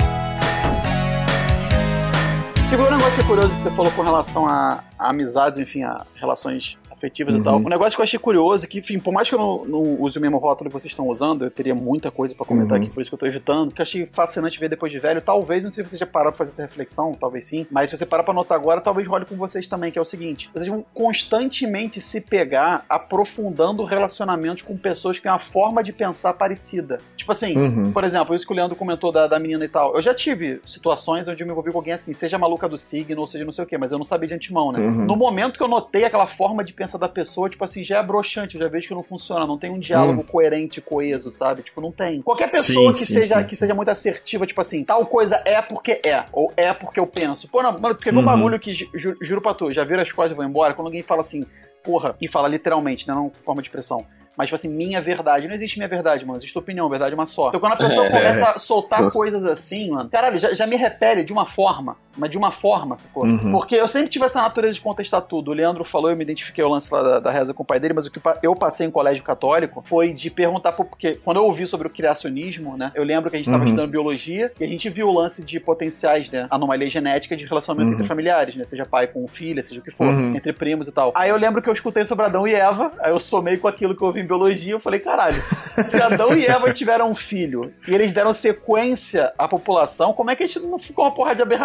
Tipo, um negócio que é curioso que você falou com relação a, a amizades, enfim, a relações afetivas uhum. e tal. Um negócio que eu achei curioso, que, enfim, por mais que eu não, não use o mesmo rótulo que vocês estão usando, eu teria muita coisa pra comentar uhum. aqui, por isso que eu tô evitando, que eu achei fascinante ver depois de velho, talvez, não sei se você já parou pra fazer essa reflexão, talvez sim, mas se você parar pra notar agora, talvez role com vocês também, que é o seguinte, vocês vão constantemente se pegar aprofundando relacionamentos com pessoas que têm uma forma de pensar parecida. Tipo assim, uhum. por exemplo, isso que o Leandro comentou da, da menina e tal, eu já tive situações onde eu me envolvi com alguém assim, seja maluca do signo, ou seja não sei o que, mas eu não sabia de antemão, né? Uhum. No momento que eu notei aquela forma de pensar da pessoa, tipo assim, já é broxante, eu já vejo que não funciona, não tem um diálogo hum. coerente, coeso, sabe? Tipo, não tem. Qualquer pessoa sim, que, sim, seja, sim, que sim. seja muito assertiva, tipo assim, tal coisa é porque é, ou é porque eu penso. Pô, não, mano, porque uhum. um bagulho que, ju, juro pra tu, já vira as coisas e vou embora, quando alguém fala assim, porra, e fala literalmente, né, não forma de expressão, mas, tipo assim, minha verdade. Não existe minha verdade, mano. Existe opinião, verdade é uma só. Então, quando a pessoa é. começa a soltar Nossa. coisas assim, mano, caralho, já, já me repele de uma forma. Mas de uma forma, sacou? Uhum. Porque eu sempre tive essa natureza de contestar tudo. O Leandro falou, eu me identifiquei o lance lá da, da reza com o pai dele, mas o que eu passei em colégio católico foi de perguntar, porque quando eu ouvi sobre o criacionismo, né, eu lembro que a gente tava uhum. estudando biologia e a gente viu o lance de potenciais, né, anomalia genética de relacionamento uhum. entre familiares, né, seja pai com filha, seja o que for, uhum. entre primos e tal. Aí eu lembro que eu escutei sobre Adão e Eva, aí eu somei com aquilo que eu ouvi em biologia, eu falei, caralho, se Adão e Eva tiveram um filho e eles deram sequência à população, como é que a gente não ficou uma porra de aberração? Agora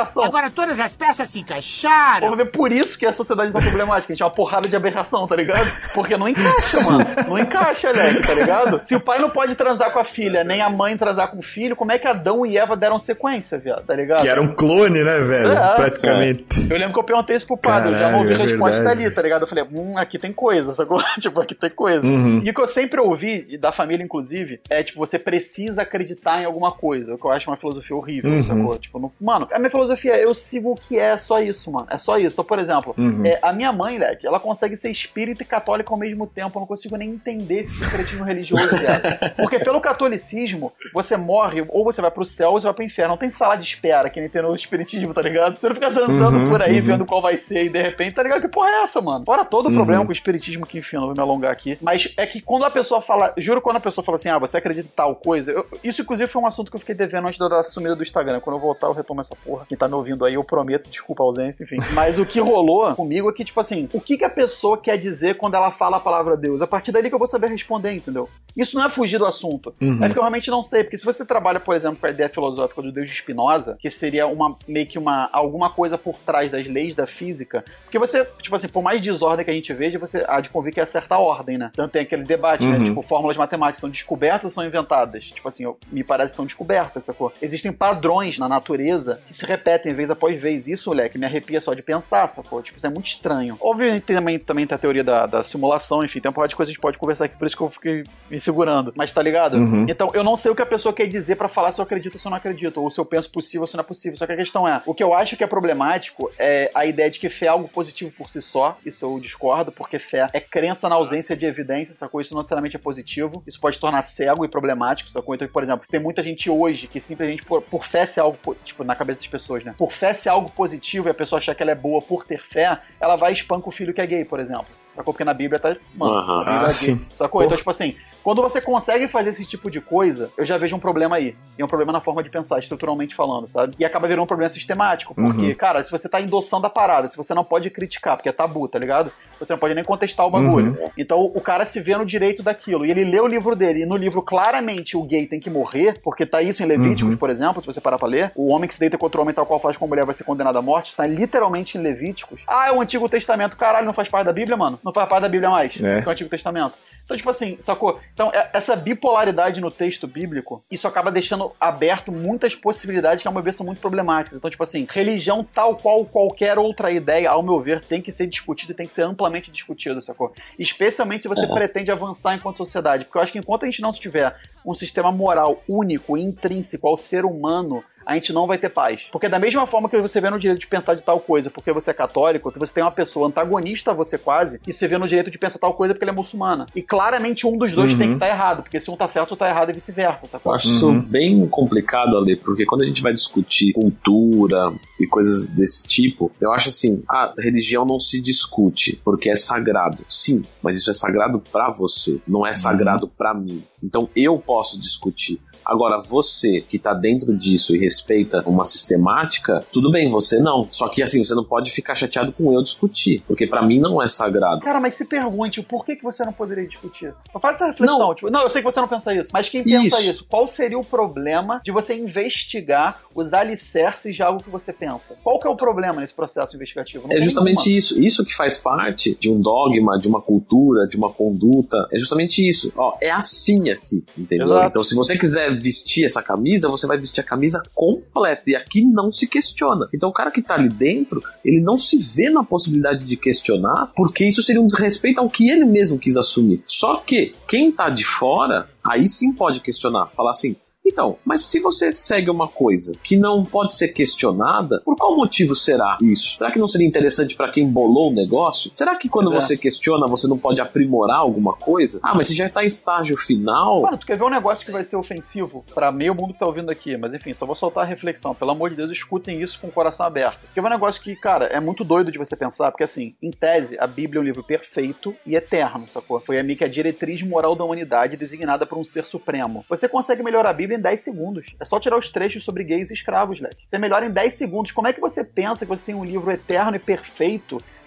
Agora todas as peças se encaixaram. Vamos ver por isso que a sociedade tá problemática. A gente é uma porrada de aberração, tá ligado? Porque não encaixa, mano. Não encaixa, Leque, tá ligado? Se o pai não pode transar com a filha, nem a mãe transar com o filho, como é que Adão e Eva deram sequência, viado, tá ligado? Que era um clone, né, velho? É, praticamente. É. Eu lembro que eu perguntei isso pro padre, eu já não ouvi é a resposta verdade. ali, tá ligado? Eu falei, hum, aqui tem coisa, sacou? Tipo, aqui tem coisa. Uhum. E o que eu sempre ouvi, e da família inclusive, é tipo, você precisa acreditar em alguma coisa, o que eu acho uma filosofia horrível, uhum. sacou? Tipo, não... mano, a minha filosofia é eu sigo o que é só isso, mano. É só isso. Então, por exemplo, uhum. é, a minha mãe, Leque, ela consegue ser espírita e católica ao mesmo tempo. Eu não consigo nem entender esse secretismo religioso dela. Porque pelo catolicismo, você morre, ou você vai pro céu, ou você vai pro inferno. Não tem sala de espera, que nem tem no espiritismo, tá ligado? Você não fica andando uhum, por aí, uhum. vendo qual vai ser, e de repente, tá ligado? Que porra é essa, mano? Fora todo o uhum. problema com o espiritismo, que enfim, eu não vou me alongar aqui. Mas é que quando a pessoa fala, juro, quando a pessoa fala assim, ah, você acredita em tal coisa, eu, isso inclusive foi um assunto que eu fiquei devendo antes da sumida do Instagram. Quando eu voltar, eu retomo essa porra. Quem tá me ouvindo aí, eu prometo, desculpa a ausência, enfim. Mas o que rolou comigo é que, tipo assim, o que, que a pessoa quer dizer quando ela fala a palavra Deus? A partir dali que eu vou saber responder, entendeu? Isso não é fugir do assunto. Uhum. É porque eu realmente não sei. Porque se você trabalha, por exemplo, com a ideia filosófica do Deus de Spinoza, que seria uma, meio que uma, alguma coisa por trás das leis da física, porque você, tipo assim, por mais desordem que a gente veja, você há de convir que é certa ordem, né? Então tem aquele debate, uhum. né? Tipo, fórmulas matemáticas são descobertas ou são inventadas? Tipo assim, eu, me parece que são descobertas, sacou? Existem padrões na natureza que se repetem vez após vez. Isso, moleque, me arrepia só de pensar, sacou? Tipo, isso é muito estranho. Obviamente também, também tem a teoria da, da simulação, enfim, tem uma parte de coisa que a gente pode conversar aqui, por isso que eu fiquei me segurando. Mas tá ligado? Uhum. Então, eu não sei o que a pessoa quer dizer pra falar se eu acredito ou se eu não acredito, ou se eu penso possível ou se não é possível. Só que a questão é, o que eu acho que é problemático é a ideia de que fé é algo positivo por si só. Isso eu discordo, porque fé é crença na ausência de evidência, sacou? Isso não necessariamente é positivo. Isso pode tornar cego e problemático, sacou? Então, por exemplo, se tem muita gente hoje que simplesmente por, por fé ser algo, tipo, na cabeça das pessoas, né? Por fé ser algo positivo e a pessoa achar que ela é boa por ter fé, ela vai e espanca o filho que é gay, por exemplo. Sacou? Porque na Bíblia tá... Mano, uhum. a Bíblia ah, é gay. Sacou? Porra. Então, tipo assim, quando você consegue fazer esse tipo de coisa, eu já vejo um problema aí. E é um problema na forma de pensar, estruturalmente falando, sabe? E acaba virando um problema sistemático. Porque, uhum. cara, se você tá endossando a parada, se você não pode criticar, porque é tabu, tá ligado? Você não pode nem contestar o bagulho. Uhum. Então, o cara se vê no direito daquilo. E ele lê o livro dele. E no livro, claramente, o gay tem que morrer, porque tá isso em Levíticos, uhum. por exemplo, se você parar pra ler. O homem que se deita contra o homem tal qual faz com a mulher vai ser condenado à morte. Tá literalmente em Levíticos. Ah, é o Antigo Testamento. Caralho, não faz parte da Bíblia, mano? Não faz parte da Bíblia mais. É. Que é o Antigo Testamento. Então, tipo assim, sacou? Então, essa bipolaridade no texto bíblico, isso acaba deixando aberto muitas possibilidades que, ao meu ver, são muito problemáticas. Então, tipo assim, religião tal qual qualquer outra ideia, ao meu ver, tem que ser discutida e tem que ser amplamente discutida, sacou? Especialmente se você uhum. pretende avançar enquanto sociedade. Porque eu acho que enquanto a gente não tiver um sistema moral único e intrínseco ao ser humano, a gente não vai ter paz. Porque da mesma forma que você vê no direito de pensar de tal coisa porque você é católico, você tem uma pessoa antagonista a você quase, e você vê no direito de pensar tal coisa porque ele é muçulmana. E claramente um dos dois uhum. tem que estar errado, porque se um tá certo, outro tá errado e vice-versa. Tá? Eu acho uhum. isso bem complicado, Ale, porque quando a gente vai discutir cultura e coisas desse tipo, eu acho assim, a religião não se discute porque é sagrado. Sim, mas isso é sagrado pra você, não é sagrado uhum. pra mim. Então eu posso discutir. Agora, você que tá dentro disso e respeita uma sistemática, tudo bem, você não. Só que assim, você não pode ficar chateado com eu discutir, porque pra mim não é sagrado. Cara, mas se pergunte, por que, que você não poderia discutir? Faz essa reflexão. Não. Tipo, não, eu sei que você não pensa isso, mas quem pensa isso. isso, qual seria o problema de você investigar os alicerces de algo que você pensa? Qual que é o problema nesse processo investigativo? Não é justamente nenhuma. isso. Isso que faz parte de um dogma, de uma cultura, de uma conduta. É justamente isso. Ó, é assim aqui, entendeu? Exato. Então, se você quiser vestir essa camisa, você vai vestir a camisa completa, e aqui não se questiona. Então o cara que tá ali dentro, ele não se vê na possibilidade de questionar, porque isso seria um desrespeito ao que ele mesmo quis assumir. Só que quem tá de fora, aí sim pode questionar, falar assim, então, mas se você segue uma coisa que não pode ser questionada, por qual motivo será isso? Será que não seria interessante pra quem bolou o negócio? Será que quando é. você questiona, você não pode aprimorar alguma coisa? Ah, mas você já tá em estágio final? Mano, tu quer ver um negócio que vai ser ofensivo pra meio mundo que tá ouvindo aqui, mas enfim, só vou soltar a reflexão. Pelo amor de Deus, escutem isso com o coração aberto. Porque é um negócio que, cara, é muito doido de você pensar, porque assim, em tese, a Bíblia é um livro perfeito e eterno, sacou? Foi a meio que a diretriz moral da humanidade designada por um ser supremo. Você consegue melhorar a Bíblia em dez segundos. É só tirar os trechos sobre gays e escravos, Leque. Você melhora em dez segundos. Como é que você pensa que você tem um livro eterno e perfeito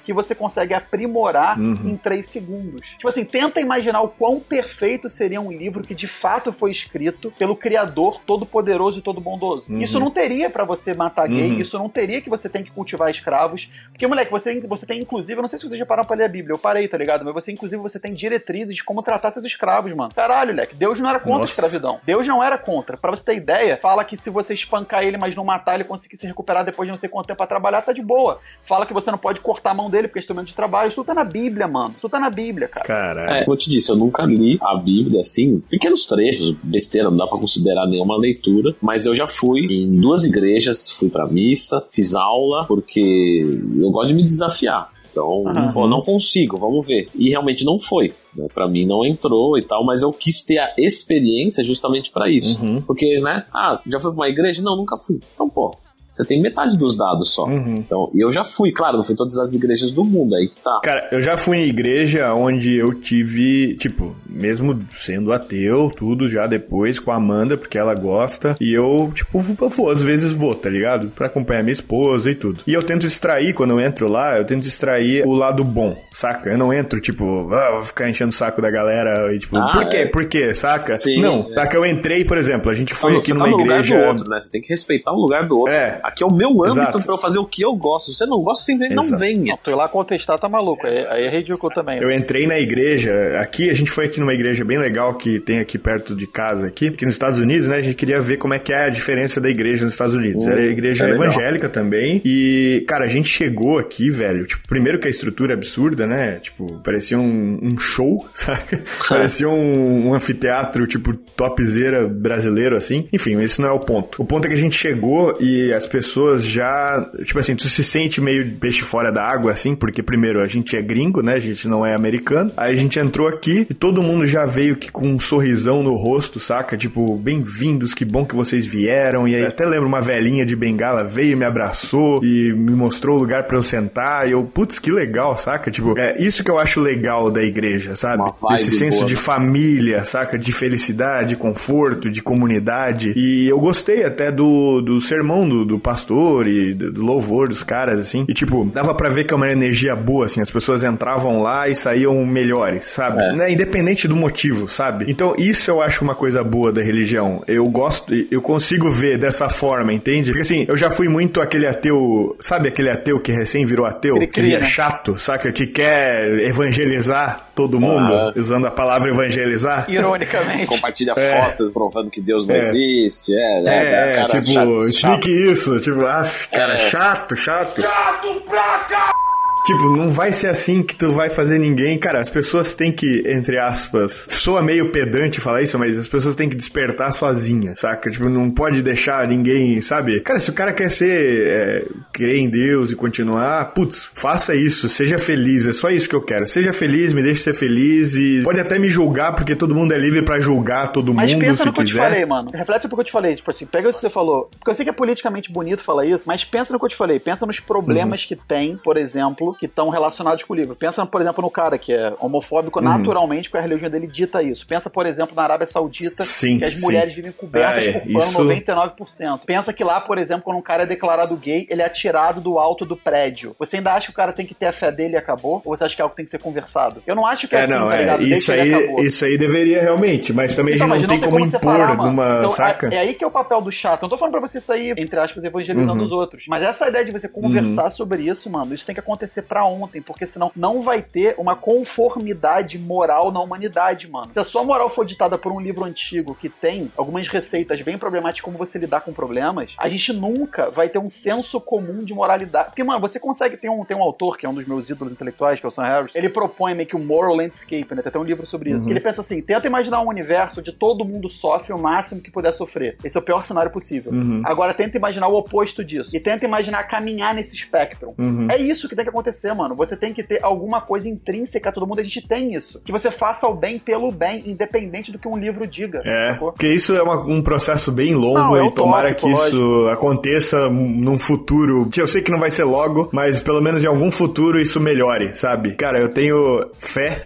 que você consegue aprimorar uhum. em três segundos. Tipo assim, tenta imaginar o quão perfeito seria um livro que de fato foi escrito pelo Criador todo-poderoso e todo-bondoso. Uhum. Isso não teria pra você matar gay, uhum. isso não teria que você tem que cultivar escravos, porque, moleque, você, você tem inclusive, eu não sei se vocês já pararam pra ler a Bíblia, eu parei, tá ligado? Mas você, inclusive, você tem diretrizes de como tratar seus escravos, mano. Caralho, moleque, Deus não era contra Nossa. a escravidão. Deus não era contra. Pra você ter ideia, fala que se você espancar ele, mas não matar, ele conseguir se recuperar depois de não sei quanto tempo pra trabalhar, tá de boa. Fala que você não pode cortar a mão dele porque é instrumento de trabalho. Isso tudo tá na Bíblia, mano. Isso tudo tá na Bíblia, cara. Caralho. É, como eu te disse, eu nunca li a Bíblia, assim, pequenos trechos, besteira, não dá pra considerar nenhuma leitura, mas eu já fui em duas igrejas, fui pra missa, fiz aula, porque eu gosto de me desafiar. Então, uhum. pô, não consigo, vamos ver. E realmente não foi. Né? Pra mim não entrou e tal, mas eu quis ter a experiência justamente pra isso. Uhum. Porque, né? Ah, já foi pra uma igreja? Não, nunca fui. Então, pô, você tem metade dos dados só. Uhum. Então, e eu já fui, claro, não fui em todas as igrejas do mundo, aí que tá. Cara, eu já fui em igreja onde eu tive, tipo, mesmo sendo ateu, tudo já depois com a Amanda, porque ela gosta, e eu, tipo, eu vou, às vezes vou, tá ligado? Pra acompanhar minha esposa e tudo. E eu tento extrair, quando eu entro lá, eu tento extrair o lado bom, saca? Eu não entro, tipo, ah, vou ficar enchendo o saco da galera e, tipo, ah, por quê? É. Por quê? Saca? Sim, não, é. Tá que eu entrei, por exemplo, a gente foi não, aqui numa igreja... Você tá no lugar do outro, né? Você tem que respeitar o lugar do outro. É. Aqui é o meu âmbito Exato. Pra eu fazer o que eu gosto. Se você não gosta, simplesmente não venha. Não, tu ir lá contestar, tá maluco. Aí, aí é ridículo também. Eu entrei na igreja, aqui, a gente foi aqui numa igreja bem legal que tem aqui perto de casa aqui, porque nos Estados Unidos, né, a gente queria ver como é que é a diferença da igreja nos Estados Unidos. Hum, Era a igreja é evangélica também. E, cara, a gente chegou aqui, velho, tipo, primeiro que a estrutura é absurda, né? Tipo, parecia um, um show, saca? Parecia um, um anfiteatro, tipo, topzera brasileiro, assim. Enfim, esse não é o ponto. O ponto é que a gente chegou e as pessoas já tipo assim, tu se sente meio peixe fora da água, assim, porque primeiro a gente é gringo, né, a gente não é americano, aí a gente entrou aqui e todo mundo já veio que com um sorrisão no rosto, saca, tipo, bem-vindos, que bom que vocês vieram, e aí até lembro uma velhinha de bengala veio, me abraçou e me mostrou o lugar pra eu sentar, e eu, putz, que legal, saca, tipo, é isso que eu acho legal da igreja, sabe, esse senso boa, de né? família, saca, de felicidade, de conforto, de comunidade, e eu gostei até do, do sermão do, do pastor e do louvor dos caras, assim. E, tipo, dava pra ver que é uma energia boa, assim. As pessoas entravam lá e saíam melhores, sabe? É. Né? Independente do motivo, sabe? Então, isso eu acho uma coisa boa da religião. Eu gosto, eu consigo ver dessa forma, entende? Porque, assim, eu já fui muito aquele ateu, sabe aquele ateu que recém virou ateu? Que ele é chato, saca? Que quer evangelizar todo mundo, ah. usando a palavra evangelizar. Ironicamente. Compartilha é. fotos provando que Deus não é. existe. É, é, é, é cara, tipo, chato, explique chato. isso. Tipo, ah, cara, é. chato, chato. Chato pra cá! Tipo, não vai ser assim que tu vai fazer ninguém. Cara, as pessoas têm que, entre aspas, soa meio pedante falar isso, mas as pessoas têm que despertar sozinhas, saca? Tipo, não pode deixar ninguém, sabe? Cara, se o cara quer ser, é, crer em Deus e continuar, putz, faça isso, seja feliz, é só isso que eu quero. Seja feliz, me deixe ser feliz e pode até me julgar, porque todo mundo é livre pra julgar todo mas mundo, pensa se no que quiser. eu te falei, mano. Reflete no que eu te falei, tipo assim, pega o que você falou, porque eu sei que é politicamente bonito falar isso, mas pensa no que eu te falei, pensa nos problemas uhum. que tem, por exemplo, que estão relacionados com o livro. Pensa, por exemplo, no cara que é homofóbico uhum. naturalmente, porque a religião dele dita isso. Pensa, por exemplo, na Arábia Saudita, sim, que as sim. mulheres vivem cobertas ah, é. por pano isso... noventa e nove por cento. Pensa que lá, por exemplo, quando um cara é declarado gay, ele é atirado do alto do prédio. Você ainda acha que o cara tem que ter a fé dele e acabou? Ou você acha que é algo que tem que ser conversado? Eu não acho que é, é assim, não, tá ligado? É, isso, aí, isso aí deveria realmente, mas também então, a gente não tem como, como impor separar, alguma, então, saca? É, é aí que é o papel do chato. Eu não tô falando pra você sair, entre aspas, evangelizando uhum. os outros. Mas essa ideia de você conversar uhum. sobre isso, mano, isso tem que acontecer pra ontem, porque senão não vai ter uma conformidade moral na humanidade, mano. Se a sua moral for ditada por um livro antigo que tem algumas receitas bem problemáticas como você lidar com problemas, a gente nunca vai ter um senso comum de moralidade. Porque, mano, você consegue... Tem um, tem um autor, que é um dos meus ídolos intelectuais, que é o Sam Harris, ele propõe meio que um moral landscape, né? Tem até um livro sobre isso. Uhum. Que ele pensa assim, tenta imaginar um universo onde todo mundo sofre o máximo que puder sofrer. Esse é o pior cenário possível. Uhum. Agora, tenta imaginar o oposto disso. E tenta imaginar caminhar nesse espectro. Uhum. É isso que tem que acontecer, mano. Você tem que ter alguma coisa intrínseca a todo mundo, a gente tem isso. Que você faça o bem pelo bem, independente do que um livro diga. É, sacou? Porque isso é uma, um processo bem longo. Não, e tomara tópico, que isso lógico. aconteça num futuro, que eu sei que não vai ser logo, mas pelo menos em algum futuro isso melhore, sabe? Cara, eu tenho fé.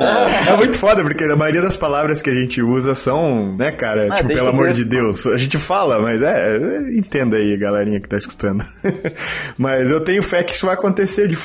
É muito foda, porque a maioria das palavras que a gente usa são, né, cara, ah, tipo, pelo amor ver, de Deus. A gente fala, mas é, entenda aí, galerinha que tá escutando. Mas eu tenho fé que isso vai acontecer de fato.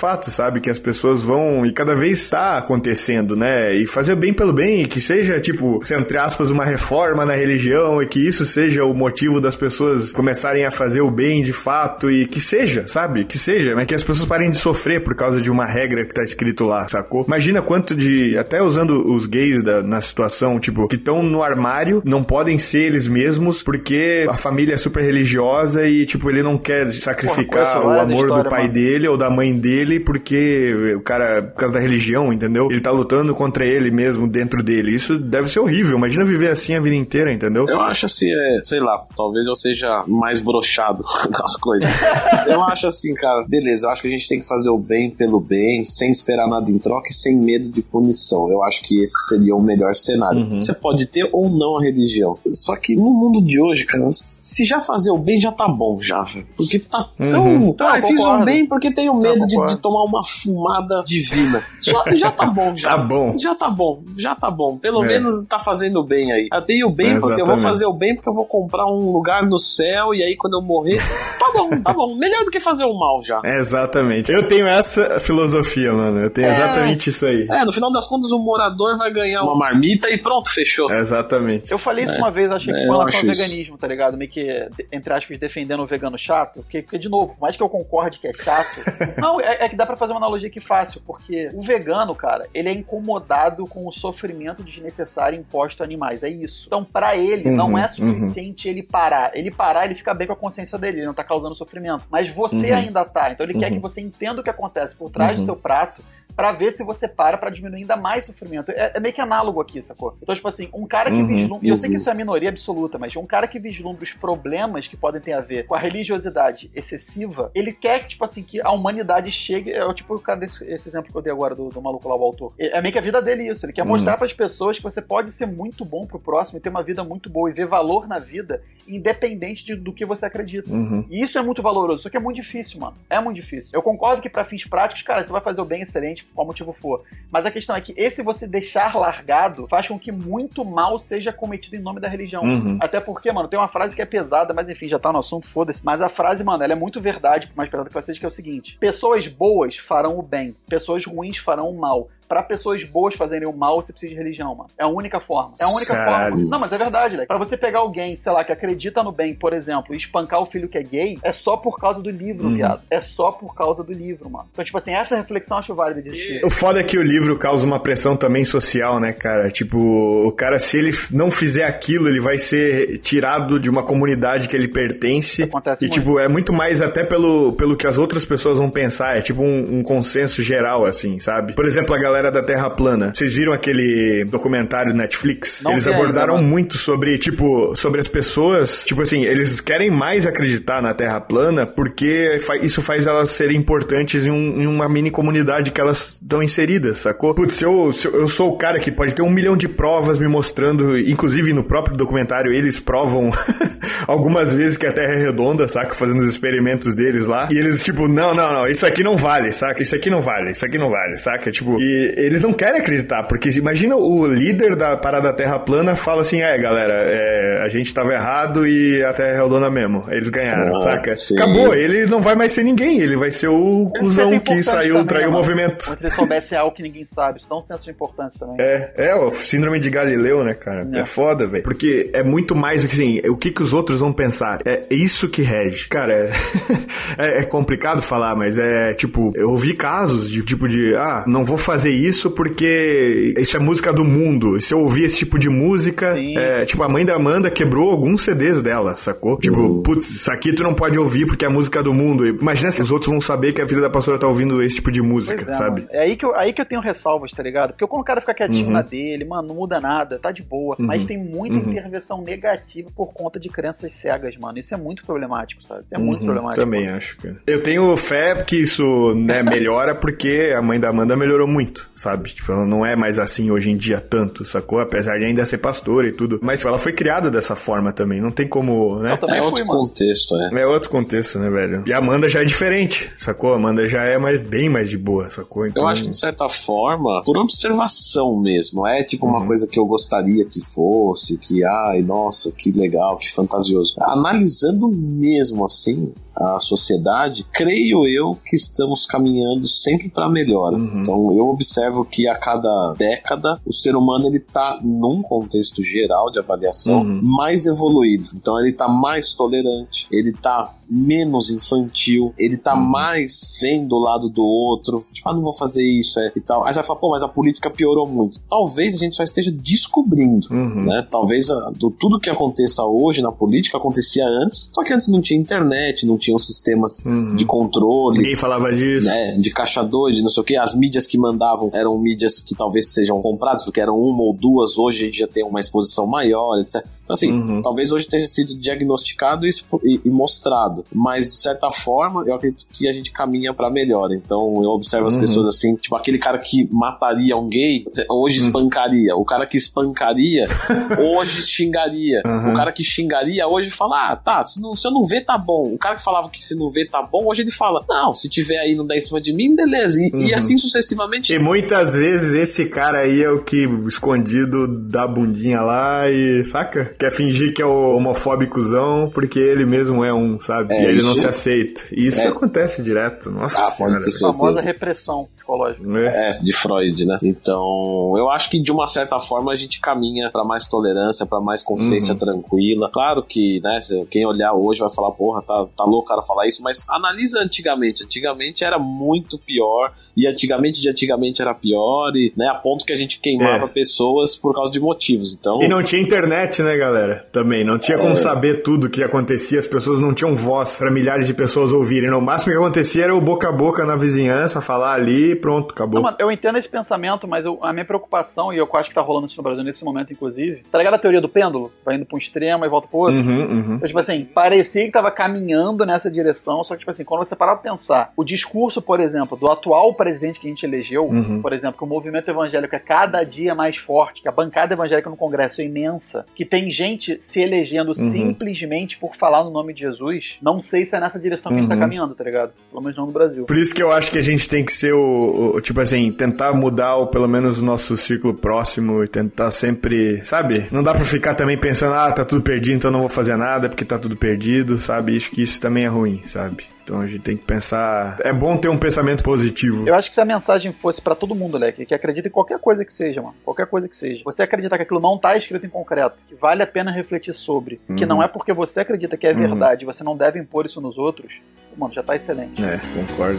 fato, sabe? Que as pessoas vão, e cada vez está acontecendo, né? E fazer o bem pelo bem, e que seja, tipo, entre aspas, uma reforma na religião, e que isso seja o motivo das pessoas começarem a fazer o bem de fato, e que seja, sabe? Que seja, mas que as pessoas parem de sofrer por causa de uma regra que tá escrito lá, sacou? Imagina quanto de, até usando os gays da, na situação, tipo, que estão no armário, não podem ser eles mesmos, porque a família é super religiosa e, tipo, ele não quer sacrificar Porra, o amor história, do pai mano. dele ou da mãe dele, porque o cara, por causa da religião, entendeu? Ele tá lutando contra ele mesmo dentro dele. Isso deve ser horrível. Imagina viver assim a vida inteira, entendeu? Eu acho assim, é, sei lá, talvez eu seja mais broxado nas coisas. Eu acho assim, cara, beleza, eu acho que a gente tem que fazer o bem pelo bem, sem esperar nada em troca e sem medo de punição. Eu acho que esse seria o melhor cenário. Uhum. Você pode ter ou não a religião. Só que no mundo de hoje, cara, se já fazer o bem já tá bom, já, velho. Porque tá tão... Uhum. Ah, eu fiz o bem porque tenho medo de, de tomar uma fumada divina. Já, já tá bom, já. Tá bom. Já tá bom, já tá bom. Pelo é. menos tá fazendo bem aí. Eu tenho o bem é, porque eu vou fazer o bem porque eu vou comprar um lugar no céu e aí quando eu morrer, tá bom, tá bom. Melhor do que fazer o mal já. É, exatamente. Eu tenho essa filosofia, mano. Eu tenho é, exatamente isso aí. É, no final das contas o morador vai ganhar uma marmita e pronto, fechou. É, exatamente. Eu falei isso é. uma vez, achei que é, com relação ao veganismo, tá ligado? Meio que, entre aspas, defendendo o vegano chato, porque, porque de novo, por mais que eu concorde que é chato, não, é, é que dá pra fazer uma analogia aqui fácil, porque o vegano, cara, ele é incomodado com o sofrimento desnecessário imposto a animais, é isso. Então, pra ele, uhum, não é suficiente uhum. ele parar. Ele parar, ele fica bem com a consciência dele, ele não tá causando sofrimento. Mas você uhum. ainda tá, então ele uhum. quer que você entenda o que acontece por trás uhum. do seu prato, pra ver se você para pra diminuir ainda mais sofrimento. É, é meio que análogo aqui, sacou? Então, tipo assim, um cara que uhum, vislumbra... E eu sei que isso é a minoria absoluta, mas um cara que vislumbra os problemas que podem ter a ver com a religiosidade excessiva, ele quer, tipo assim, que a humanidade chegue... É o tipo o cara desse esse exemplo que eu dei agora do, do maluco lá, o autor. É, é meio que a vida dele isso. Ele quer uhum. mostrar pras pessoas que você pode ser muito bom pro próximo e ter uma vida muito boa e ver valor na vida, independente de, do que você acredita. Uhum. E isso é muito valoroso. Só que é muito difícil, mano. É muito difícil. Eu concordo que pra fins práticos, cara, você vai fazer o bem excelente, qual motivo for. Mas a questão é que esse você deixar largado faz com que muito mal seja cometido em nome da religião. Uhum. Até porque, mano, tem uma frase que é pesada, mas enfim, já tá no assunto, foda-se. Mas a frase, mano, ela é muito verdade, por mais pesada que ela seja, que é o seguinte: pessoas boas farão o bem, pessoas ruins farão o mal. Pra pessoas boas fazerem o mal, você precisa de religião, mano. É a única forma. É a única Caralho. forma. Não, mas é verdade, né? Pra você pegar alguém, sei lá, que acredita no bem, por exemplo, e espancar o filho que é gay, é só por causa do livro, uhum. viado. É só por causa do livro, mano. Então, tipo assim, essa reflexão eu acho válida de existir. O foda é que o livro causa uma pressão também social, né, cara? Tipo, o cara, se ele não fizer aquilo, ele vai ser tirado de uma comunidade que ele pertence. Acontece e, muito. tipo, é muito mais até pelo, pelo que as outras pessoas vão pensar. É tipo um, um consenso geral, assim, sabe? Por exemplo, a galera da Terra plana. Vocês viram aquele documentário do Netflix? Não eles abordaram ainda, muito sobre, tipo, sobre as pessoas, tipo assim, eles querem mais acreditar na Terra plana porque fa- isso faz elas serem importantes em, um, em uma mini comunidade que elas estão inseridas, sacou? Putz, se eu, se eu sou o cara que pode ter um milhão de provas me mostrando, inclusive no próprio documentário eles provam algumas vezes que a Terra é redonda, saca? Fazendo os experimentos deles lá. E eles, tipo, não, não, não, isso aqui não vale, saca? Isso aqui não vale, isso aqui não vale, saca? Tipo, e eles não querem acreditar, porque imagina o líder da parada Terra plana fala assim, é, galera, é, a gente tava errado e a Terra é redonda mesmo. Eles ganharam, ah, saca? Sim. Acabou, ele não vai mais ser ninguém, ele vai ser o cuzão que saiu, também, traiu o movimento. Se você soubesse algo que ninguém sabe, isso dá um senso de importância também. É, é, o síndrome de Galileu, né, cara? É, é foda, velho. Porque é muito mais do que assim, o que, que os outros vão pensar. É isso que rege. Cara, é, é, é complicado falar, mas é tipo, eu ouvi casos de tipo de, ah, não vou fazer isso porque isso é música do mundo. Se eu ouvir esse tipo de música, é, tipo, a mãe da Amanda quebrou alguns C Ds dela, sacou? Tipo, uhum. putz, isso aqui tu não pode ouvir porque é música do mundo. Imagina se os outros vão saber que a filha da pastora tá ouvindo esse tipo de música, é, sabe? Mano. É aí que, eu, aí que eu tenho ressalvas, tá ligado? Porque quando o cara fica quietinho uhum. na dele, mano, não muda nada, tá de boa. Uhum. Mas tem muita uhum. intervenção negativa por conta de crenças cegas, mano. Isso é muito problemático, sabe? Isso é muito uhum. problemático. Também mano. acho, cara. Eu tenho fé que isso, né, melhora porque a mãe da Amanda melhorou muito, sabe? Tipo, ela não é mais assim hoje em dia tanto, sacou? Apesar de ainda ser pastora e tudo. Mas ela foi criada dessa forma também. Não tem como, né? É outro fui, contexto, né? É outro contexto, né, velho? E a Amanda já é diferente, sacou? A Amanda já é mais, bem mais de boa, sacou? Então... Eu acho que, de certa forma, por observação mesmo. É tipo uma uhum. coisa que eu gostaria que fosse, que, ai, nossa, que legal, que fantasioso. Analisando mesmo, assim... a sociedade, creio eu que estamos caminhando sempre para melhora. Uhum. Então eu observo que a cada década o ser humano ele tá num contexto geral de avaliação uhum. mais evoluído. Então ele tá mais tolerante, ele tá menos infantil, ele tá uhum. mais vendo o lado do outro, tipo, ah, não vou fazer isso, é, e tal. Aí você vai falar, pô, mas a política piorou muito. Talvez a gente só esteja descobrindo, uhum. né? Talvez a, do, tudo que aconteça hoje na política acontecia antes, só que antes não tinha internet, não tinham sistemas uhum. de controle. Ninguém falava disso. Né, de caixadores, de não sei o que. As mídias que mandavam eram mídias que talvez sejam compradas, porque eram uma ou duas, hoje a gente já tem uma exposição maior, etcétera. Então assim, uhum. talvez hoje tenha sido diagnosticado e, e, e mostrado, mas de certa forma eu acredito que a gente caminha pra melhor. Então eu observo as uhum. pessoas assim, tipo aquele cara que mataria um gay, hoje espancaria. Uhum. O cara que espancaria, hoje xingaria. Uhum. O cara que xingaria, hoje fala, ah, tá, se, não, se eu não ver, tá bom. O cara que falava que se não ver, tá bom, hoje ele fala, não, se tiver aí, não der em cima de mim, beleza. E, uhum. e assim sucessivamente. E muitas vezes esse cara aí é o que escondido dá a bundinha lá e, saca? Quer fingir que é o homofóbicozão porque ele mesmo é um, sabe? É, e ele isso... não se aceita. E isso é. acontece direto. Nossa, ah, pode ter a famosa repressão psicológica. É. é, de Freud, né? Então, eu acho que de uma certa forma a gente caminha pra mais tolerância, pra mais convivência uhum. tranquila. Claro que, né, quem olhar hoje vai falar, porra, tá, tá louco o cara falar isso, mas analisa antigamente. Antigamente era muito pior. E antigamente, de antigamente era pior, e, né, a ponto que a gente queimava é. pessoas por causa de motivos. Então... E não tinha internet, né, galera? Também, não tinha como é. saber tudo o que acontecia, as pessoas não tinham voz para milhares de pessoas ouvirem. No máximo que acontecia era o boca a boca na vizinhança, falar ali e pronto, acabou. Não, mano, eu entendo esse pensamento, mas eu, a minha preocupação, e eu acho que tá rolando isso no Brasil nesse momento, inclusive, tá ligado a teoria do pêndulo? Vai indo pra um extremo e volta pro outro? Uhum, uhum. Então, tipo assim, parecia que tava caminhando nessa direção, só que, tipo assim, quando você parar pra pensar, o discurso, por exemplo, do atual presidente que a gente elegeu, Uhum. por exemplo, que o movimento evangélico é cada dia mais forte, que a bancada evangélica no Congresso é imensa, que tem gente se elegendo uhum. simplesmente por falar no nome de Jesus, não sei se é nessa direção que uhum. a gente tá caminhando, tá ligado? Pelo menos não no Brasil. Por isso que eu acho que a gente tem que ser o, o tipo assim, tentar mudar o, pelo menos o nosso círculo próximo e tentar sempre, sabe? Não dá pra ficar também pensando, ah, tá tudo perdido, então eu não vou fazer nada porque tá tudo perdido, sabe? Acho que isso também é ruim, sabe? Então a gente tem que pensar... É bom ter um pensamento positivo. Eu acho que se a mensagem fosse pra todo mundo, Leque, que acredita em qualquer coisa que seja, mano. Qualquer coisa que seja. Você acreditar que aquilo não tá escrito em concreto, que vale a pena refletir sobre, uhum. que não é porque você acredita que é verdade, uhum. você não deve impor isso nos outros, mano, já tá excelente. É, concordo.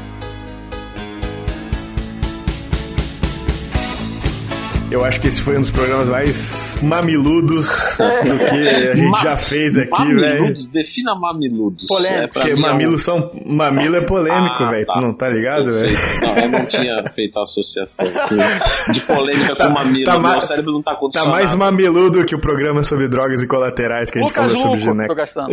Eu acho que esse foi um dos programas mais mamiludos do que a gente Ma- já fez aqui, velho. Mamiludos? Véio. Defina mamiludos. Polêmico. É, porque mamilos é um... são... Mamilo é polêmico, ah, velho. Tá. Tu não tá ligado, velho? Não, eu não tinha feito a associação assim, de polêmica tá, com mamilo. Tá Meu ma... cérebro não tá condicionado. Tá mais mamiludo que o programa sobre drogas e colaterais que a gente Lucas falou Juco, sobre Geneco. Tô gastando.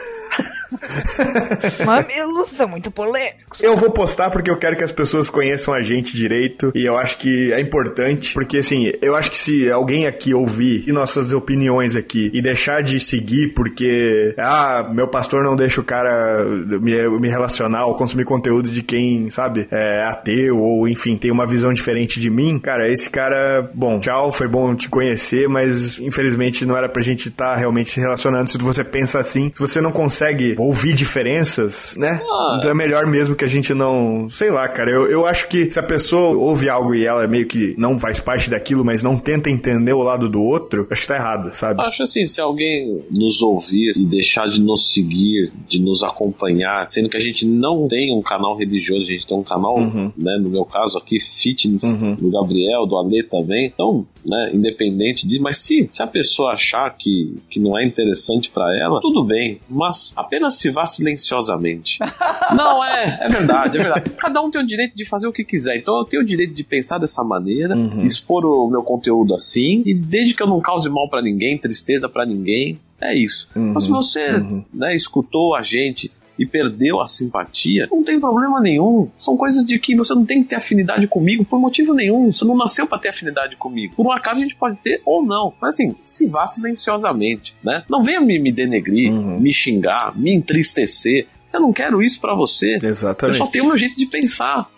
Mamilos são muito polêmicos. Eu vou postar porque eu quero que as pessoas conheçam a gente direito e eu acho que é importante, porque assim, eu acho que se alguém aqui ouvir nossas opiniões aqui e deixar de seguir porque, ah, meu pastor não deixa o cara me, me relacionar ou consumir conteúdo de quem, sabe, é ateu ou enfim, tem uma visão diferente de mim, cara, esse cara, bom, tchau, foi bom te conhecer, mas infelizmente não era pra gente estar tá realmente se relacionando. Se você pensa assim, se você não consegue ouvir diferenças, né? Ah. Então é melhor mesmo que a gente não... Sei lá, cara. Eu, eu acho que se a pessoa ouve algo e ela meio que não faz parte daquilo, mas não tenta entender o lado do outro, acho que tá errado, sabe? Acho assim, se alguém nos ouvir e deixar de nos seguir, de nos acompanhar, sendo que a gente não tem um canal religioso, a gente tem um canal, uhum. né, no meu caso aqui, fitness, uhum. do Gabriel, do Ale também, então... Né, independente disso, mas se, se a pessoa achar que, que não é interessante pra ela, tudo bem, mas apenas se vá silenciosamente. Não, é, é verdade, é verdade. Cada um tem o direito de fazer o que quiser, então eu tenho o direito de pensar dessa maneira, uhum. expor o meu conteúdo assim, e desde que eu não cause mal pra ninguém, tristeza pra ninguém, é isso. Uhum. Mas se você uhum. né, escutou a gente e perdeu a simpatia, não tem problema nenhum. São coisas de que você não tem que ter afinidade comigo por motivo nenhum. Você não nasceu pra ter afinidade comigo. Por um acaso a gente pode ter ou não. Mas assim, se vá silenciosamente, né? Não venha me, me denegrir, uhum. me xingar, me entristecer. Eu não quero isso pra você. Exatamente. Eu só tenho o meu jeito de pensar.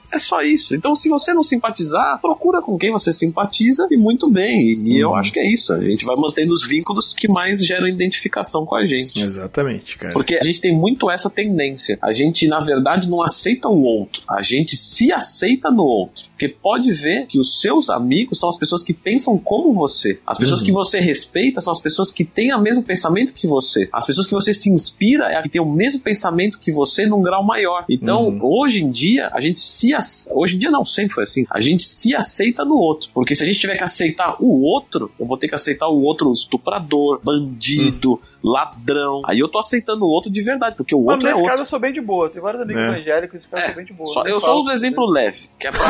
É só isso. Então, se você não simpatizar, procura com quem você simpatiza e muito bem. E, e eu acho que é isso. A gente vai mantendo os vínculos que mais geram identificação com a gente. Exatamente, cara. Porque a gente tem muito essa tendência. A gente, na verdade, não aceita o outro. A gente se aceita no outro. Porque pode ver que os seus amigos são as pessoas que pensam como você. As pessoas uhum. que você respeita são as pessoas que têm o mesmo pensamento que você. As pessoas que você se inspira é a que tem o mesmo pensamento que você num grau maior. Então, uhum. hoje em dia, a gente se ace... Hoje em dia não, sempre foi assim. A gente se aceita no outro. Porque se a gente tiver que aceitar o outro, eu vou ter que aceitar o outro estuprador, bandido, uhum. ladrão. Aí eu tô aceitando o outro de verdade, porque o Mas outro é outro. Nesse caso eu sou bem de boa. Tem vários amigos é. evangélicos e é. eu sou bem de boa. Só, eu sou um exemplo leve. Que é pra...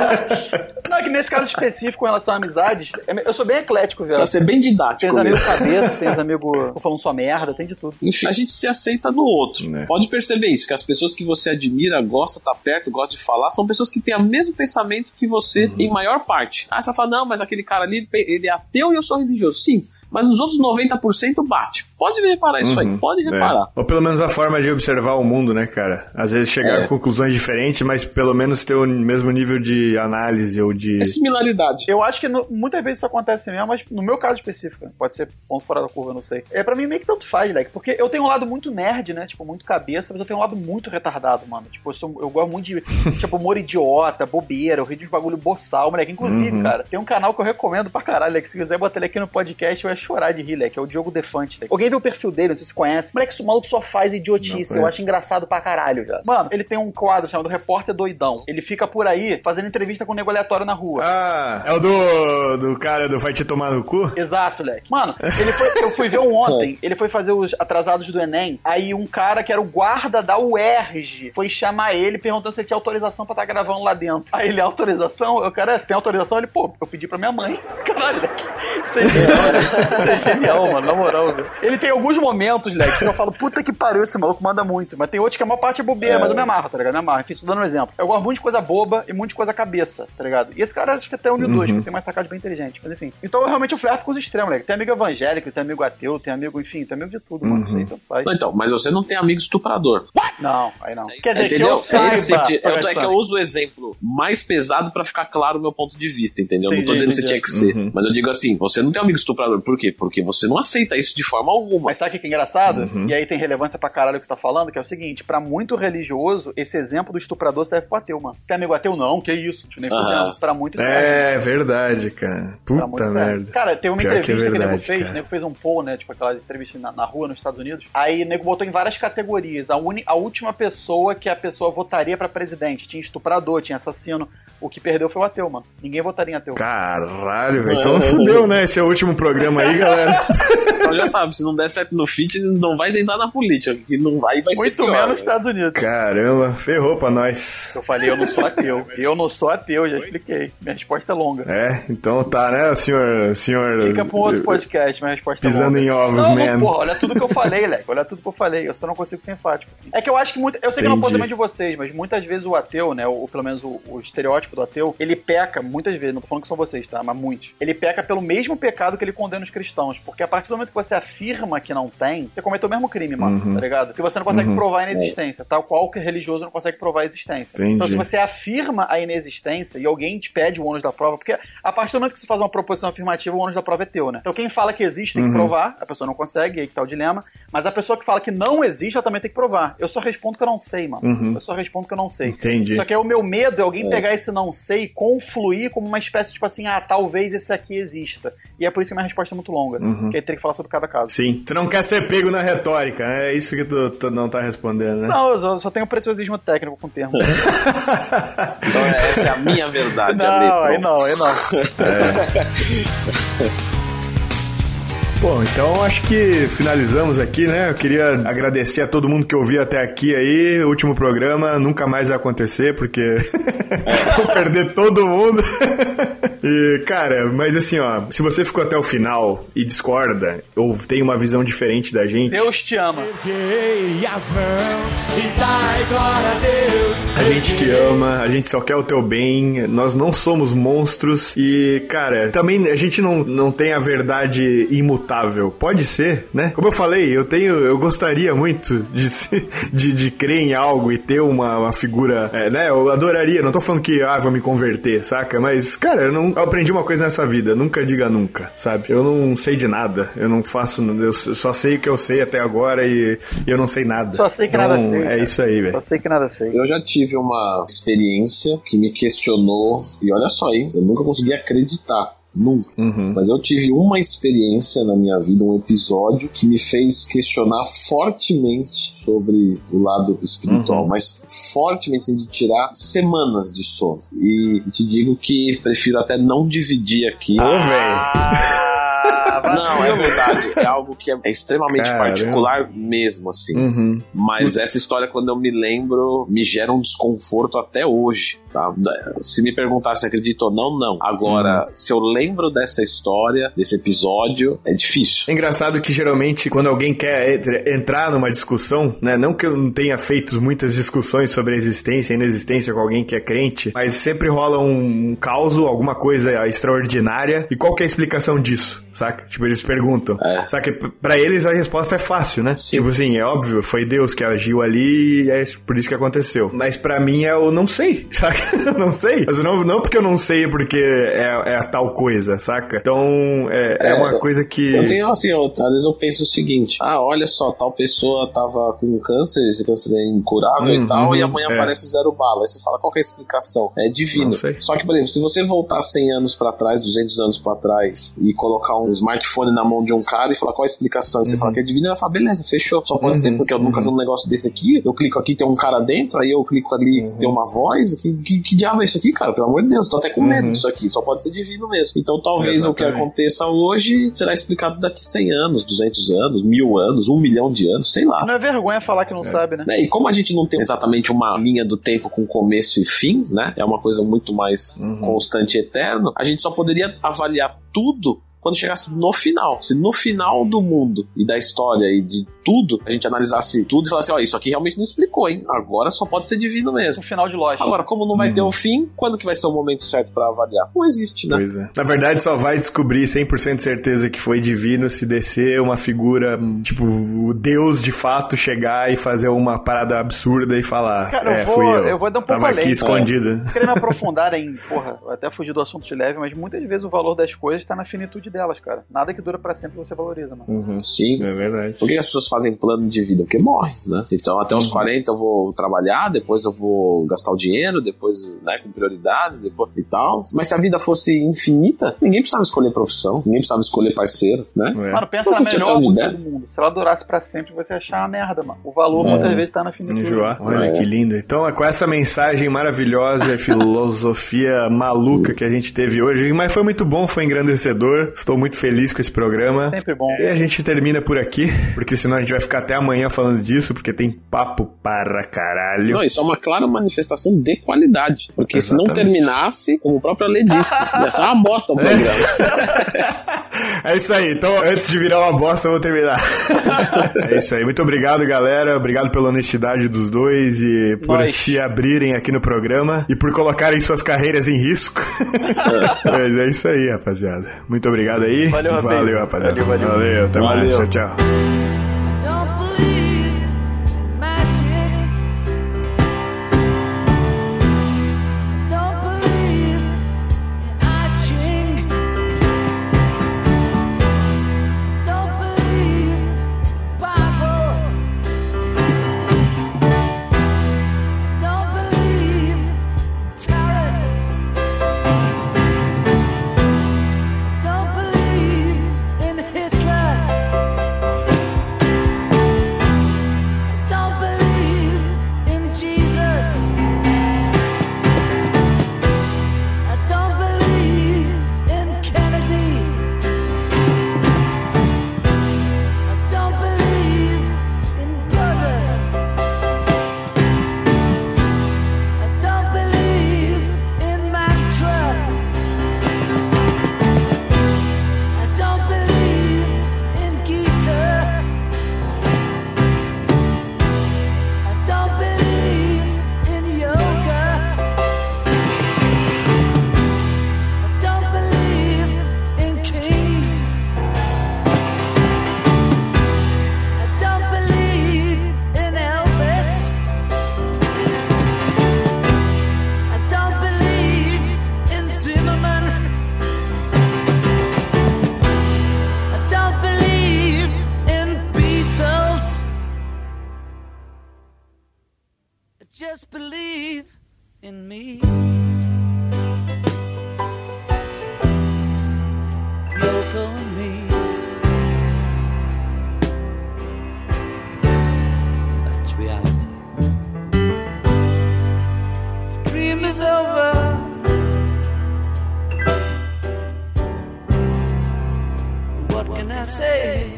Não, é que nesse caso específico, com relação a amizades, eu sou bem eclético, velho. Pra ser bem didático. Tem os amigos cabeça, tem os amigos falando sua merda, tem de tudo. Enfim, a gente se aceita no outro. É. Pode perceber isso, que as pessoas que você admira, gosta, tá perto, gosta de falar, são pessoas que têm o mesmo pensamento que você uhum. em maior parte. Ah, você fala, não, mas aquele cara ali, ele é ateu e eu sou religioso. Sim. Mas os outros noventa por cento bate. Pode reparar isso uhum, aí, pode reparar. É. Ou pelo menos a forma de observar o mundo, né, cara? Às vezes chegar é. a conclusões diferentes, mas pelo menos ter o mesmo nível de análise ou de... É similaridade. Eu acho que no, muitas vezes isso acontece mesmo, mas no meu caso específico, pode ser ponto fora da curva, eu não sei. É, pra mim meio que tanto faz, Leque, porque eu tenho um lado muito nerd, né, tipo, muito cabeça, mas eu tenho um lado muito retardado, mano. Tipo, eu, sou, eu gosto muito de, tipo, humor idiota, bobeira, eu rio de bagulho boçal, moleque. Inclusive, uhum. cara, tem um canal que eu recomendo pra caralho, Leque, se quiser botar ele aqui no podcast, eu ia chorar de rir, Leque, é o Diogo Defante, Leque. Alguém viu o perfil dele, não sei se conhece. Moleque, o maluco só faz idiotice. Eu acho engraçado pra caralho, já. Mano, ele tem um quadro chamado Repórter Doidão. Ele fica por aí fazendo entrevista com um nego aleatório na rua. Ah, é o do, do cara do Vai Te Tomar no Cu? Exato, leque. Mano, ele foi, eu fui ver um ontem. Ele foi fazer os atrasados do Enem. Aí um cara que era o guarda da U E R J foi chamar ele perguntando se ele tinha autorização pra estar tá gravando lá dentro. Aí ele, autorização? Eu, cara, você tem autorização? Ele, pô, eu pedi pra minha mãe. Caralho, leque. Isso é genial, né? Isso é genial, mano. Na moral, velho. Ele tem alguns momentos, leque, que eu falo, puta que pariu, esse maluco manda muito. Mas tem outros que a maior parte é bobeira, é. mas eu me amarro, tá ligado? Me amarro. Enfim, tô dando um exemplo. Eu gosto muito de coisa boba e muito de coisa cabeça, tá ligado? E esse cara acho que até um de dois, uhum. que tem mais sacado bem inteligente. Mas enfim. Então eu realmente eu flerto com os extremos, leque. Tem amigo evangélico, tem amigo ateu, tem amigo, enfim, tem amigo de tudo, uhum. mano. Isso aí, tanto faz. Não, então, mas você não tem amigo estuprador. What? Não, aí não. Quer dizer, entendeu? que eu saiba, Esse, eu, é que eu uso o exemplo mais pesado pra ficar claro o meu ponto de vista, entendeu? Entendi, não tô dizendo entendi. que você tinha que ser. Uhum. Mas eu digo assim, você não tem amigo estuprador. Por quê? Porque você não aceita isso de forma alguma. Mas sabe o que é engraçado? Uhum. E aí tem relevância pra caralho o que você tá falando, que é o seguinte, pra muito religioso, esse exemplo do estuprador serve pro ateu, mano. Tem amigo ateu? Não, que isso? Nem uhum. Pra muito É serve. verdade, cara. Puta merda. Cara, tem uma Pior entrevista que, é verdade, que o nego fez, cara. o nego fez um poll, né, tipo aquelas entrevistas na, na rua nos Estados Unidos, aí o nego botou em várias categorias. A, uni, a última pessoa que a pessoa votaria pra presidente, tinha estuprador, tinha assassino, o que perdeu foi o ateu, mano. Ninguém votaria em ateu. Caralho, velho. Então fudeu, né? Esse é o último programa aí, galera. Então já sabe, se não der certo no fit, não vai tentar na política, que não vai, vai Muito ser pior. Muito menos nos Estados Unidos. Caramba, ferrou pra nós. Eu falei, eu não sou ateu. Eu não sou ateu, já expliquei. Minha resposta é longa. É, então tá, né, senhor... senhor Fica pra um outro podcast, minha resposta pisando é longa. Pisando em ovos, não, man. Não, porra, olha tudo que eu falei, Leque. Olha tudo que eu falei. Eu só não consigo ser enfático, assim. É que eu acho que muito... Eu sei Entendi. que não posso também de vocês, mas muitas vezes o ateu, né, ou pelo menos o, o estereótipo do ateu, ele peca, muitas vezes, não tô falando que são vocês, tá, mas muitos. Ele peca pelo mesmo pecado que ele condena os cristãos, porque a partir do momento que você afirma que não tem, você cometeu o mesmo crime, mano, uhum. tá ligado? Porque você não consegue uhum. provar a inexistência, tal qual que religioso não consegue provar a existência. Entendi. Então se você afirma a inexistência e alguém te pede o ônus da prova, porque a partir do momento que você faz uma proposição afirmativa, o ônus da prova é teu, né? Então quem fala que existe tem que uhum. provar, a pessoa não consegue, aí que tá o dilema, mas a pessoa que fala que não existe, ela também tem que provar. Eu só respondo que eu não sei, mano. Uhum. Eu só respondo que eu não sei. Entendi. Só que aí o meu medo é alguém é. pegar esse não sei e confluir como uma espécie, tipo assim, ah, talvez esse aqui exista. E é por isso que a minha resposta é muito longa, uhum. que aí teria que falar sobre cada caso. Sim. Tu não quer ser pego na retórica, né? É isso que tu, tu não tá respondendo, né? Não, eu só, só tenho preciosismo técnico com o termo. Então essa é a minha verdade. Não, aí não, aí não. É. Bom, então acho que finalizamos aqui, né? Eu queria agradecer a todo mundo que ouviu até aqui aí. O último programa nunca mais vai acontecer, porque vou perder todo mundo. E, cara, mas assim, ó, se você ficou até o final e discorda, ou tem uma visão diferente da gente... Deus te ama. A gente te ama, a gente só quer o teu bem, nós não somos monstros e, cara, também a gente não, não tem a verdade imutável imutável. Pode ser, né? Como eu falei, eu tenho, eu gostaria muito de, se, de, de crer em algo e ter uma, uma figura, é, né? Eu adoraria, não tô falando que, ah, vou me converter, saca? Mas, cara, eu, não, eu aprendi uma coisa nessa vida, nunca diga nunca, sabe? Eu não sei de nada, eu não faço, eu só sei o que eu sei até agora e, e eu não sei nada. Só sei que então, nada sei. É cara. Isso aí, velho. Só sei que nada sei. Eu já tive uma experiência que me questionou, e olha só, hein? Eu nunca consegui acreditar. Nunca. Uhum. Mas eu tive uma experiência na minha vida, um episódio que me fez questionar fortemente sobre o lado espiritual, uhum. mas fortemente, assim, de tirar semanas de sono. E te digo que prefiro até não dividir aqui. Ô, velho! Não, é verdade. É algo que é extremamente Caramba. particular mesmo, assim. Uhum. Mas essa história, quando eu me lembro, me gera um desconforto até hoje, tá? Se me perguntar se acredito ou não, não. Agora, uhum. se eu lembro dessa história, desse episódio, é difícil. É engraçado que, geralmente, quando alguém quer entrar numa discussão, né? Não que eu não tenha feito muitas discussões sobre a existência e inexistência com alguém que é crente, mas sempre rola um caos, alguma coisa extraordinária. E qual que é a explicação disso? Saca? Tipo, eles perguntam. É. Saca? Pra eles a resposta é fácil, né? Sim. Tipo assim, é óbvio, foi Deus que agiu ali e é por isso que aconteceu. Mas pra mim é o não sei, saca? Eu não sei. Mas não, não porque eu não sei, porque é, é a tal coisa, saca? Então, é, é, é uma coisa que... Eu tenho, assim, eu, às vezes eu penso o seguinte, ah, olha só, tal pessoa tava com câncer, esse câncer é incurável hum, e tal, hum, e amanhã é. aparece zero bala. Aí você fala, qual que é a explicação? É divino. Só que, por exemplo, se você voltar cem anos pra trás, duzentos anos pra trás, e colocar um smartphone na mão de um cara e falar qual é a explicação, e você uhum. fala que é divino, ela fala, beleza, fechou. Só pode uhum. ser porque eu nunca vi um negócio desse aqui, eu clico aqui, tem um cara dentro, aí eu clico ali, uhum. tem uma voz, que, que, que diabo é isso aqui, cara? Pelo amor de Deus, tô até com medo uhum. disso aqui, só pode ser divino mesmo. Então talvez Exatamente. o que aconteça hoje será explicado daqui cem anos, duzentos anos, mil anos, um milhão de anos, sei lá. Não é vergonha falar que não é. sabe, né? É, e como a gente não tem exatamente uma linha do tempo com começo e fim, né? É uma coisa muito mais uhum. constante e eterno, a gente só poderia avaliar tudo quando chegasse no final. Se no final do mundo e da história e de tudo, a gente analisasse tudo e falasse, ó, isso aqui realmente não explicou, hein? Agora só pode ser divino mesmo. Um final de lógica. Agora, como não vai uhum. ter um fim, quando que vai ser o momento certo pra avaliar? Não existe, né? Pois é. Na verdade, só vai descobrir cem por cento de certeza que foi divino se descer uma figura, tipo, o Deus de fato chegar e fazer uma parada absurda e falar, Cara, é, eu vou, fui eu. Eu vou dar um pouco Tava além. aqui escondido. É. Querendo aprofundar em, porra, até fugir do assunto de leve, mas muitas vezes o valor das coisas tá na finitude delas, cara. Nada que dura pra sempre você valoriza, mano. Uhum. Sim. É verdade. Por que as pessoas fazem plano de vida? Porque morrem, né? Então até os quarenta eu vou trabalhar, depois eu vou gastar o dinheiro, depois, né, com prioridades, depois e tal. Mas se a vida fosse infinita, ninguém precisava escolher profissão, ninguém precisava escolher parceiro, né? É. Mano, pensa na melhor música do mundo. Se ela durasse pra sempre, você ia achar uma merda, mano. O valor é. muitas vezes tá na finitude. Enjoar. Olha é. que lindo. Então, com essa mensagem maravilhosa e filosofia maluca que a gente teve hoje, mas foi muito bom, foi engrandecedor. Estou muito feliz com esse programa. Sempre bom. E a gente termina por aqui, porque senão a gente vai ficar até amanhã falando disso, porque tem papo para caralho. Não, isso é uma clara manifestação de qualidade. Porque Exatamente. se não terminasse, como o próprio Ale disse, ia ser uma bosta o programa. É isso aí. Então, antes de virar uma bosta, eu vou terminar. É isso aí. Muito obrigado, galera. Obrigado pela honestidade dos dois e por Nós. se abrirem aqui no programa e por colocarem suas carreiras em risco. Mas é isso aí, rapaziada. Muito obrigado aí. Valeu, valeu rapaziada. Valeu, valeu. Valeu, até valeu. mais. Tchau, tchau. say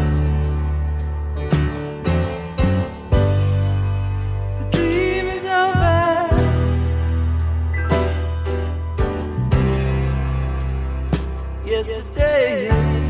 the dream is over. Yesterday